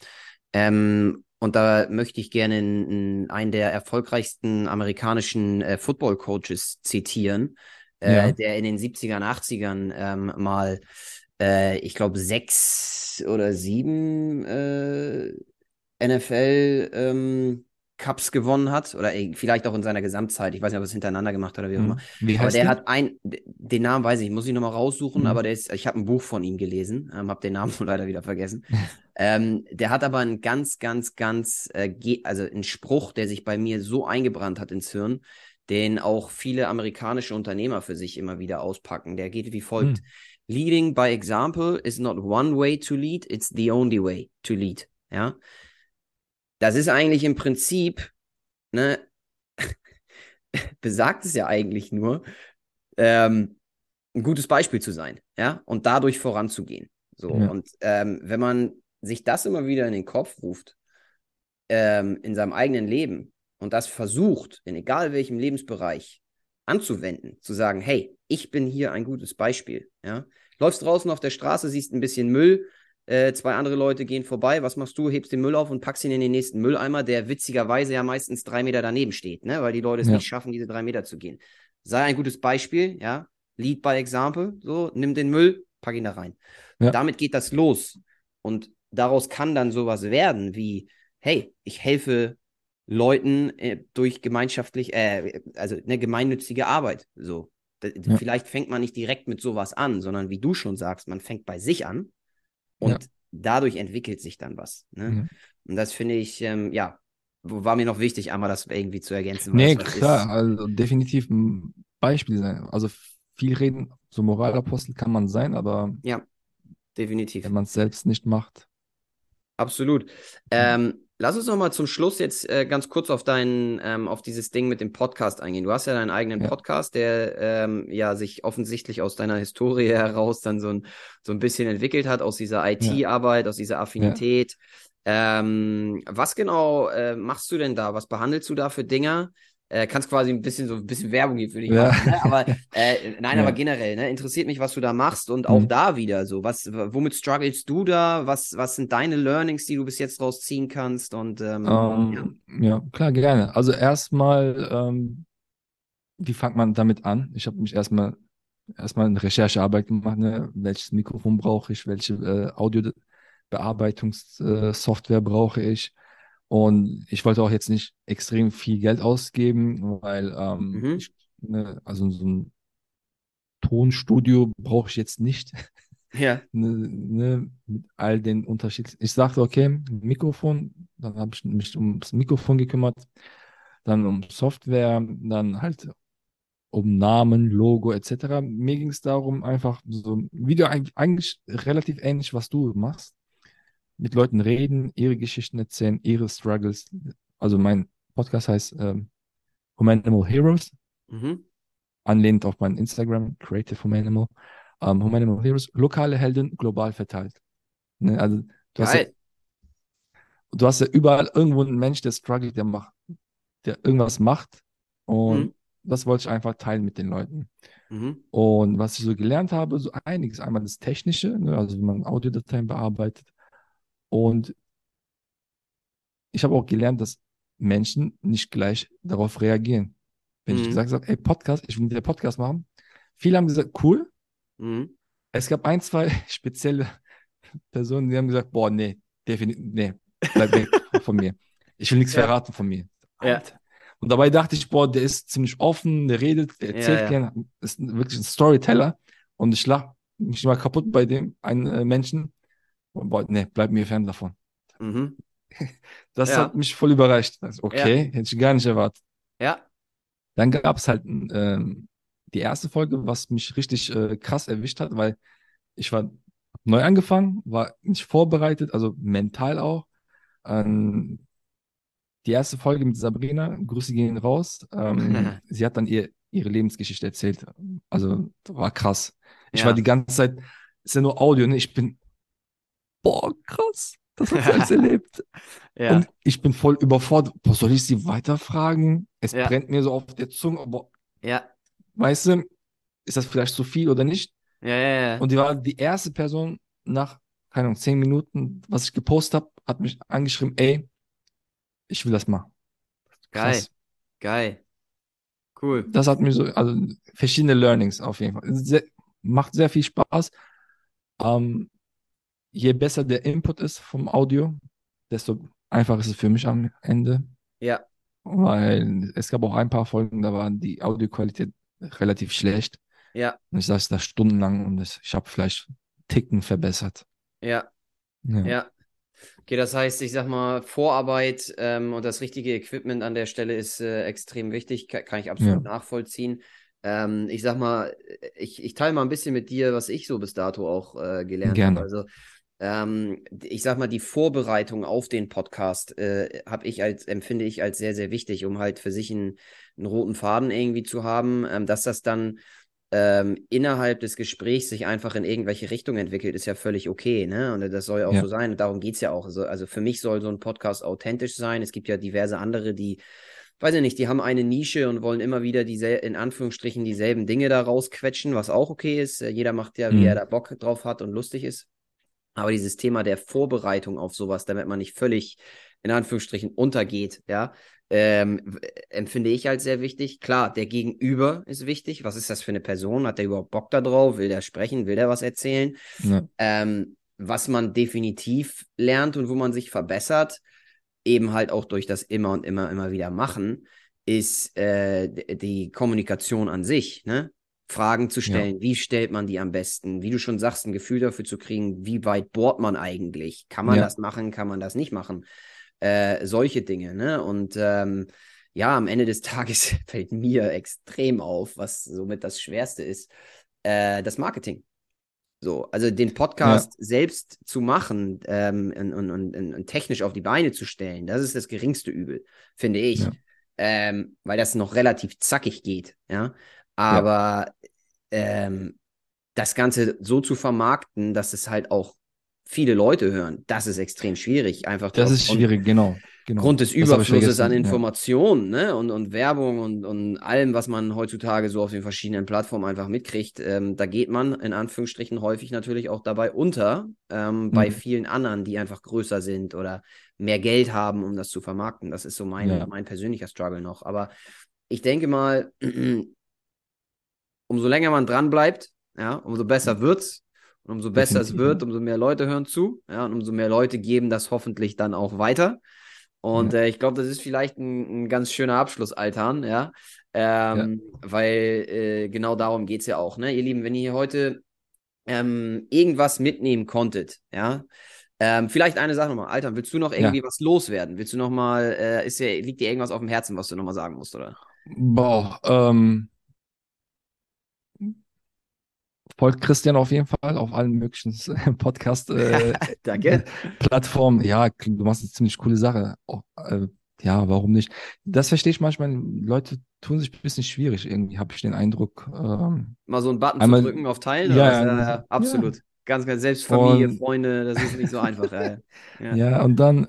Und da möchte ich gerne einen der erfolgreichsten amerikanischen Football-Coaches zitieren, Ja, der in den 70ern, 80ern mal, ich glaube, 6 oder 7 NFL Cups gewonnen hat oder vielleicht auch in seiner Gesamtzeit. Ich weiß nicht, ob er es hintereinander gemacht hat oder wie auch immer. mhm. Wie Aber heißt der der? hat den Namen weiß ich, muss ich nochmal raussuchen, aber Mhm. ich habe ein Buch von ihm gelesen, habe den Namen leider wieder vergessen. Der hat aber einen ganz, ganz, ganz, also einen Spruch, der sich bei mir so eingebrannt hat ins Hirn, den auch viele amerikanische Unternehmer für sich immer wieder auspacken. Der geht wie folgt. Mhm. Leading by example is not one way to lead, it's the only way to lead. Ja, das ist eigentlich im Prinzip, ne, besagt es ja eigentlich nur, ähm, ein gutes Beispiel zu sein, ja, und dadurch voranzugehen. So, Ja, und wenn man sich das immer wieder in den Kopf ruft, in seinem eigenen Leben und das versucht, in egal welchem Lebensbereich, anzuwenden, zu sagen, hey, ich bin hier ein gutes Beispiel. Ja? Läufst draußen auf der Straße, siehst ein bisschen Müll, zwei andere Leute gehen vorbei, was machst du? Hebst den Müll auf und packst ihn in den nächsten Mülleimer, der witzigerweise ja meistens 3 Meter daneben steht, ne? Weil die Leute es Ja, nicht schaffen, diese 3 Meter zu gehen. Sei ein gutes Beispiel, ja. Lead by example, so, nimm den Müll, pack ihn da rein. ja, Damit geht das los. Und daraus kann dann sowas werden wie, hey, ich helfe Leuten durch also eine gemeinnützige Arbeit. So. ja, Vielleicht fängt man nicht direkt mit sowas an, sondern wie du schon sagst, man fängt bei sich an ja, und dadurch entwickelt sich dann was. Ne? ja. Und das finde ich, ja, war mir noch wichtig, einmal das irgendwie zu ergänzen, weil Nee, das was klar, ist. also definitiv ein Beispiel sein. Also viel reden, so Moralapostel kann man sein, aber Ja, definitiv. wenn man es selbst nicht macht. Absolut. Ja, Lass uns noch mal zum Schluss jetzt ganz kurz auf dieses Ding mit dem Podcast eingehen. Du hast ja deinen eigenen ja, Podcast, der ja sich offensichtlich aus deiner Historie heraus dann so ein bisschen entwickelt hat, aus dieser ja, IT-Arbeit, aus dieser ja. Affinität. Was genau machst du denn da? Was behandelst du da für Dinger? Kannst quasi ein bisschen Werbung hier für dich Ja, machen, ne? Aber nein, aber ja. generell, ne? Interessiert mich, was du da machst und auch Hm. da wieder so. Womit strugglest du da? Was sind deine Learnings, die du bis jetzt draus ziehen kannst? Und ja. Ja, klar, gerne. Also erstmal, wie fängt man damit an? Ich habe mich erstmal eine Recherchearbeit gemacht, ne? Welches Mikrofon brauche ich, welche Audiobearbeitungssoftware brauche ich. Und ich wollte auch jetzt nicht extrem viel Geld ausgeben, weil Mhm. ne, also so ein Tonstudio brauche ich jetzt nicht. Ja. Mit all den Unterschieden. Ich sagte, okay, Mikrofon, dann habe ich mich ums Mikrofon gekümmert, dann um Software, dann halt um Namen, Logo etc. Mir ging es darum, einfach so, wie du eigentlich relativ ähnlich, was du machst, mit Leuten reden, ihre Geschichten erzählen, ihre Struggles. Also mein Podcast heißt Humanimal Heroes, Mhm. anlehnend auf mein Instagram, Creative Humanimal. Humanimal Heroes, lokale Helden, global verteilt. Ne? Also du hast ja, Geil. du hast ja überall irgendwo einen Mensch, der struggelt, der irgendwas macht. Mhm. Und das wollte ich einfach teilen mit den Leuten. Mhm. Und was ich so gelernt habe, so einiges. Einmal das Technische, ne, also wie man Audiodateien bearbeitet. Und ich habe auch gelernt, dass Menschen nicht gleich darauf reagieren. Wenn ich Mhm. gesagt habe, ey, Podcast, ich will mit dir Podcast machen. Viele haben gesagt, cool. Mhm. Es gab ein, zwei spezielle Personen, die haben gesagt, boah, nee, definitiv, nee, bleib weg von mir. Ich will nichts Ja. verraten von mir. Ja. Alter. Und dabei dachte ich, boah, der ist ziemlich offen, der redet, der Ja, erzählt ja. gerne, ist wirklich ein Storyteller. Und ich lach mich mal kaputt bei dem einen Menschen. Und boah, nee, bleib mir fern davon. Mhm. Das hat Ja. mich voll überrascht. Also, Ja. okay, hätte ich gar nicht erwartet. Ja. Dann gab es halt die erste Folge, was mich richtig krass erwischt hat, weil ich war neu angefangen, war nicht vorbereitet, also mental auch. Ähm, die erste Folge mit Sabrina, Grüße gehen raus. Sie hat dann ihre Lebensgeschichte erzählt. Also war krass. Ich war Ja. die ganze Zeit, ist ja nur Audio, ne? Ich bin, boah, krass, das hat sie alles erlebt. Ja. Und ich bin voll überfordert. Boah, soll ich sie weiterfragen? Es Ja. brennt mir so auf der Zunge. Aber, Ja. weißt du, ist das vielleicht zu viel oder nicht? Ja. Ja. Und die war die erste Person nach, keine Ahnung, 10 Minuten, was ich gepostet habe, hat mich angeschrieben, ey, ich will das machen. Geil. Krass. Geil. Cool. Das hat mir so, also verschiedene Learnings auf jeden Fall. Macht sehr viel Spaß. Ähm, je besser der Input ist vom Audio, desto einfacher ist es für mich am Ende. Ja. Weil es gab auch ein paar Folgen, da war die Audioqualität relativ schlecht. Ja. Und ich saß da stundenlang und ich habe vielleicht Ticken verbessert. Ja. Ja, Ja. Okay, das heißt, ich sag mal, Vorarbeit und das richtige Equipment an der Stelle ist extrem wichtig, kann ich ja, absolut nachvollziehen. Ich sag mal, ich teile mal ein bisschen mit dir, was ich so bis dato auch gelernt habe. gerne. Also, ich sag mal, die Vorbereitung auf den Podcast empfinde ich als sehr, sehr wichtig, um halt für sich einen roten Faden irgendwie zu haben, dass das dann innerhalb des Gesprächs sich einfach in irgendwelche Richtungen entwickelt, ist ja völlig okay, ne? Und das soll ja auch so Ja, sein. Und darum geht es ja auch. Also für mich soll so ein Podcast authentisch sein. Es gibt ja diverse andere, die weiß ich nicht, die haben eine Nische und wollen immer wieder in Anführungsstrichen dieselben Dinge da rausquetschen, was auch okay ist. Jeder macht ja, wie er da Bock drauf hat und lustig ist. Aber dieses Thema der Vorbereitung auf sowas, damit man nicht völlig in Anführungsstrichen untergeht, ja, empfinde ich als sehr wichtig. Klar, der Gegenüber ist wichtig. Was ist das für eine Person? Hat der überhaupt Bock da drauf? Will der sprechen? Will der was erzählen? Ja. Was man definitiv lernt und wo man sich verbessert, eben halt auch durch das immer und immer wieder machen, ist die Kommunikation an sich, ne? Fragen zu stellen, wie stellt man die am besten? Wie du schon sagst, ein Gefühl dafür zu kriegen, wie weit bohrt man eigentlich? Kann man das machen, kann man das nicht machen? Solche Dinge, ne? Und ja, am Ende des Tages fällt mir extrem auf, was somit das Schwerste ist, das Marketing. So, also den Podcast selbst zu machen und technisch auf die Beine zu stellen, das ist das geringste Übel, finde ich. Weil das noch relativ zackig geht, ja. Aber das Ganze so zu vermarkten, dass es halt auch viele Leute hören, das ist extrem schwierig. Einfach Das ist schwierig, genau. Grund des Das habe ich Überflusses an vergessen, Informationen, ne? Und Werbung und allem, was man heutzutage so auf den verschiedenen Plattformen einfach mitkriegt, da geht man in Anführungsstrichen häufig natürlich auch dabei unter, bei vielen anderen, die einfach größer sind oder mehr Geld haben, um das zu vermarkten. Das ist so mein persönlicher Struggle noch. Aber ich denke mal, umso länger man dran bleibt, ja, umso besser wird's. Und umso besser es wird, umso mehr Leute hören zu, ja, und umso mehr Leute geben das hoffentlich dann auch weiter. Und ich glaube, das ist vielleicht ein ganz schöner Abschluss, Altan, ja. Weil genau darum geht es ja auch, ne? Ihr Lieben, wenn ihr hier heute irgendwas mitnehmen konntet, ja. Vielleicht eine Sache nochmal. Altan, willst du noch irgendwie was loswerden? Willst du nochmal, liegt dir irgendwas auf dem Herzen, was du nochmal sagen musst, oder? Boah, folgt Christian auf jeden Fall auf allen möglichen Danke. Plattformen. Ja, du machst eine ziemlich coole Sache. Oh, ja, warum nicht? Das verstehe ich manchmal. Leute tun sich ein bisschen schwierig. Irgendwie habe ich den Eindruck. Mal so einen Button Einmal, zu drücken auf Teilen oder was? ja, Absolut. ja. Ganz, ganz, selbst Familie, Und Freunde, das ist nicht so einfach. Ja. ja, und dann,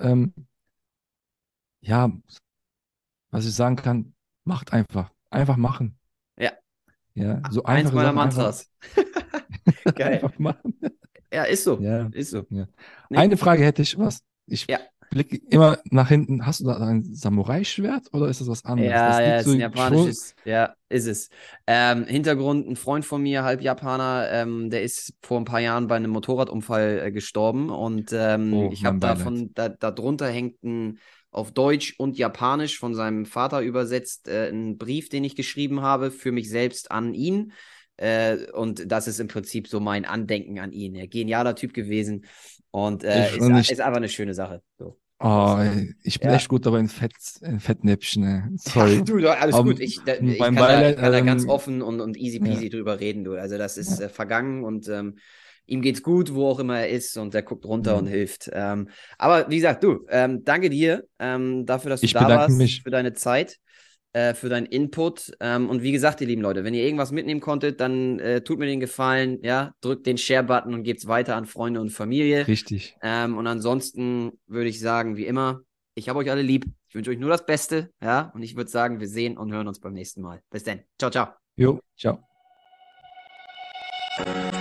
ja, was ich sagen kann, macht einfach. Einfach machen. Ja. Ja, so Eins einfache meiner Sachen einfach, Mantras. Geil. einfach machen. Ja, ist so. Ja, Ist so. ja. Nee. Eine Frage hätte ich, was? Ich Ja. blicke immer nach hinten. Hast du da ein Samurai-Schwert oder ist das was anderes? Das Ja, liegt ist so ein schon. japanisches, ja, ist es. Hintergrund, ein Freund von mir, halb Japaner, der ist vor ein paar Jahren bei einem Motorradunfall gestorben und Oh, ich habe mein Beileid. da drunter hängt ein auf Deutsch und Japanisch von seinem Vater übersetzt ein Brief, den ich geschrieben habe für mich selbst an ihn. Und das ist im Prinzip so mein Andenken an ihn. Er genialer Typ gewesen und Ich, und ich, ist einfach eine schöne Sache. So. oh, ich bin Ja. echt gut dabei in Fettnäpfchen. Ach Sorry. du, alles Aber gut. Ich mein kann Beileid, da ganz offen und easy ja, peasy drüber reden, du. Also das ist ja, vergangen und ihm geht's gut, wo auch immer er ist und er guckt runter ja. und hilft. Aber wie gesagt, du, danke dir dafür, dass du Ich da bedanke warst, mich. für deine Zeit, für deinen Input. Und wie gesagt, ihr lieben Leute, wenn ihr irgendwas mitnehmen konntet, dann tut mir den Gefallen, ja, drückt den Share-Button und gebt's weiter an Freunde und Familie. Richtig. Und ansonsten würde ich sagen, wie immer, ich habe euch alle lieb. Ich wünsche euch nur das Beste, ja. Und ich würde sagen, wir sehen und hören uns beim nächsten Mal. Bis dann. Ciao, ciao. Jo, ciao.